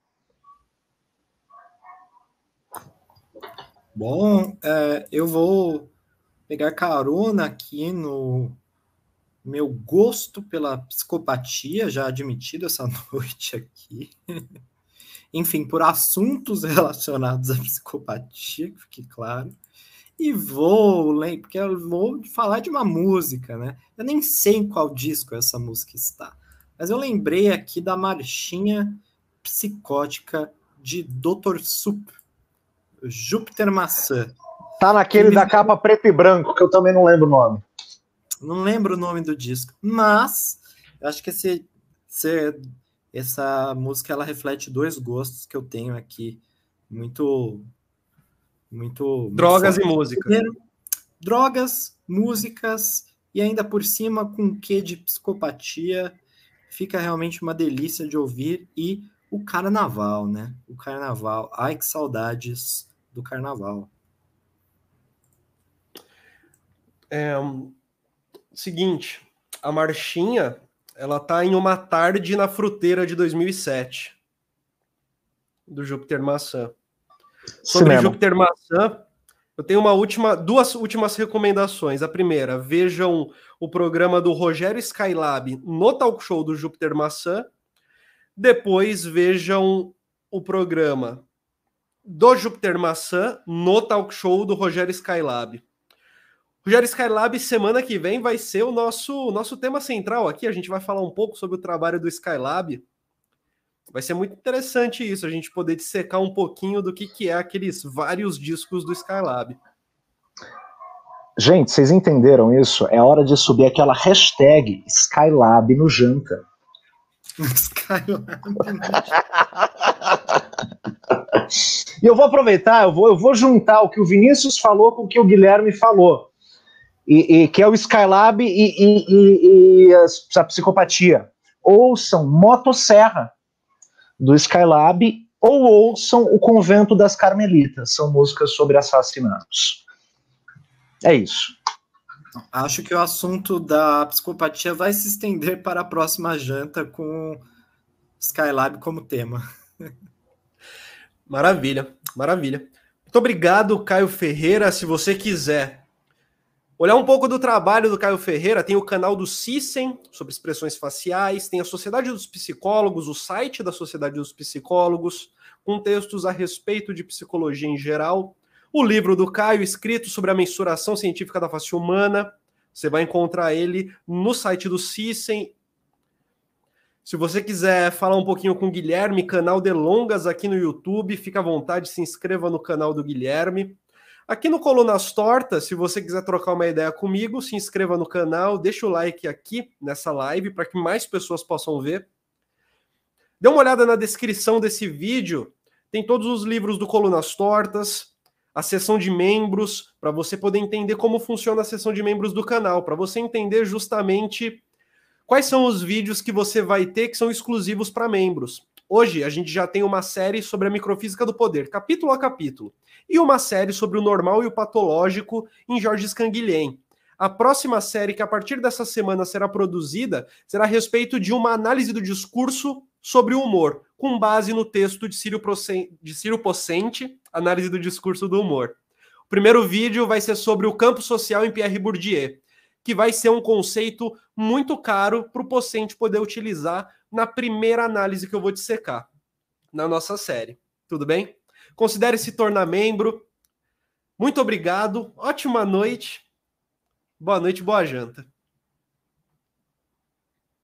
C: Bom, é, eu vou pegar carona aqui no meu gosto pela psicopatia, já admitido essa noite aqui. Enfim, por assuntos relacionados à psicopatia, que fique claro. E vou, porque eu vou falar de uma música, né? Eu nem sei em qual disco essa música está, mas eu lembrei aqui da marchinha psicótica de doutor Sup, Júpiter Maçã.
B: Tá naquele me... da capa preto e branco, que eu também não lembro o nome.
C: Não lembro o nome do disco, mas eu acho que esse, esse, essa música ela reflete dois gostos que eu tenho aqui, muito... muito
A: drogas
C: muito
A: e música.
C: Primeiro, drogas, músicas e ainda por cima com um quê de psicopatia. Fica realmente uma delícia de ouvir. E o carnaval, né? O carnaval. Ai, que saudades do carnaval.
A: É, seguinte, a marchinha, ela tá em Uma Tarde na Fruteira de dois mil e sete, do Júpiter Maçã. Sobre Cinema. Júpiter Maçã, eu tenho uma última, duas últimas recomendações. A primeira, vejam o programa do Rogério Skylab no talk show do Júpiter Maçã. Depois vejam o programa do Júpiter Maçã no talk show do Rogério Skylab. Rogério Skylab, semana que vem, vai ser o nosso, nosso tema central aqui. A gente vai falar um pouco sobre o trabalho do Skylab. Vai ser muito interessante isso, a gente poder dissecar um pouquinho do que, que é aqueles vários discos do Skylab.
B: Gente, vocês entenderam isso? É hora de subir aquela hashtag Skylab no janta.
C: Skylab.
B: E eu vou aproveitar, eu vou, eu vou juntar o que o Vinícius falou com o que o Guilherme falou, e, e que é o Skylab e, e, e, e a, a psicopatia. Ouçam Motosserra, do Skylab, ou ouçam O Convento das Carmelitas, são músicas sobre assassinatos. É isso.
C: Acho que o assunto da psicopatia vai se estender para a próxima janta com Skylab como tema.
A: Maravilha, maravilha. Muito obrigado, Caio Ferreira. Se você quiser olhar um pouco do trabalho do Caio Ferreira, tem o canal do CISEM, sobre expressões faciais, tem a Sociedade dos Psicólogos, o site da Sociedade dos Psicólogos, com textos a respeito de psicologia em geral, o livro do Caio, escrito sobre a mensuração científica da face humana, você vai encontrar ele no site do CISEM. Se você quiser falar um pouquinho com o Guilherme, canal Delongas aqui no YouTube, fica à vontade, se inscreva no canal do Guilherme. Aqui no Colunas Tortas, se você quiser trocar uma ideia comigo, se inscreva no canal, deixa o like aqui nessa live para que mais pessoas possam ver. Dê uma olhada na descrição desse vídeo, tem todos os livros do Colunas Tortas, a seção de membros, para você poder entender como funciona a seção de membros do canal, para você entender justamente quais são os vídeos que você vai ter que são exclusivos para membros. Hoje a gente já tem uma série sobre a microfísica do poder, capítulo a capítulo, e uma série sobre o normal e o patológico em Georges Canguilhem. A próxima série, que a partir dessa semana será produzida, será a respeito de uma análise do discurso sobre o humor, com base no texto de Ciro, Procen- de Ciro Pocente, Análise do Discurso do Humor. O primeiro vídeo vai ser sobre o campo social em Pierre Bourdieu, que vai ser um conceito muito caro para o Pocente poder utilizar na primeira análise que eu vou dissecar na nossa série. Tudo bem? Considere se tornar membro. Muito obrigado. Ótima noite. Boa noite, boa janta.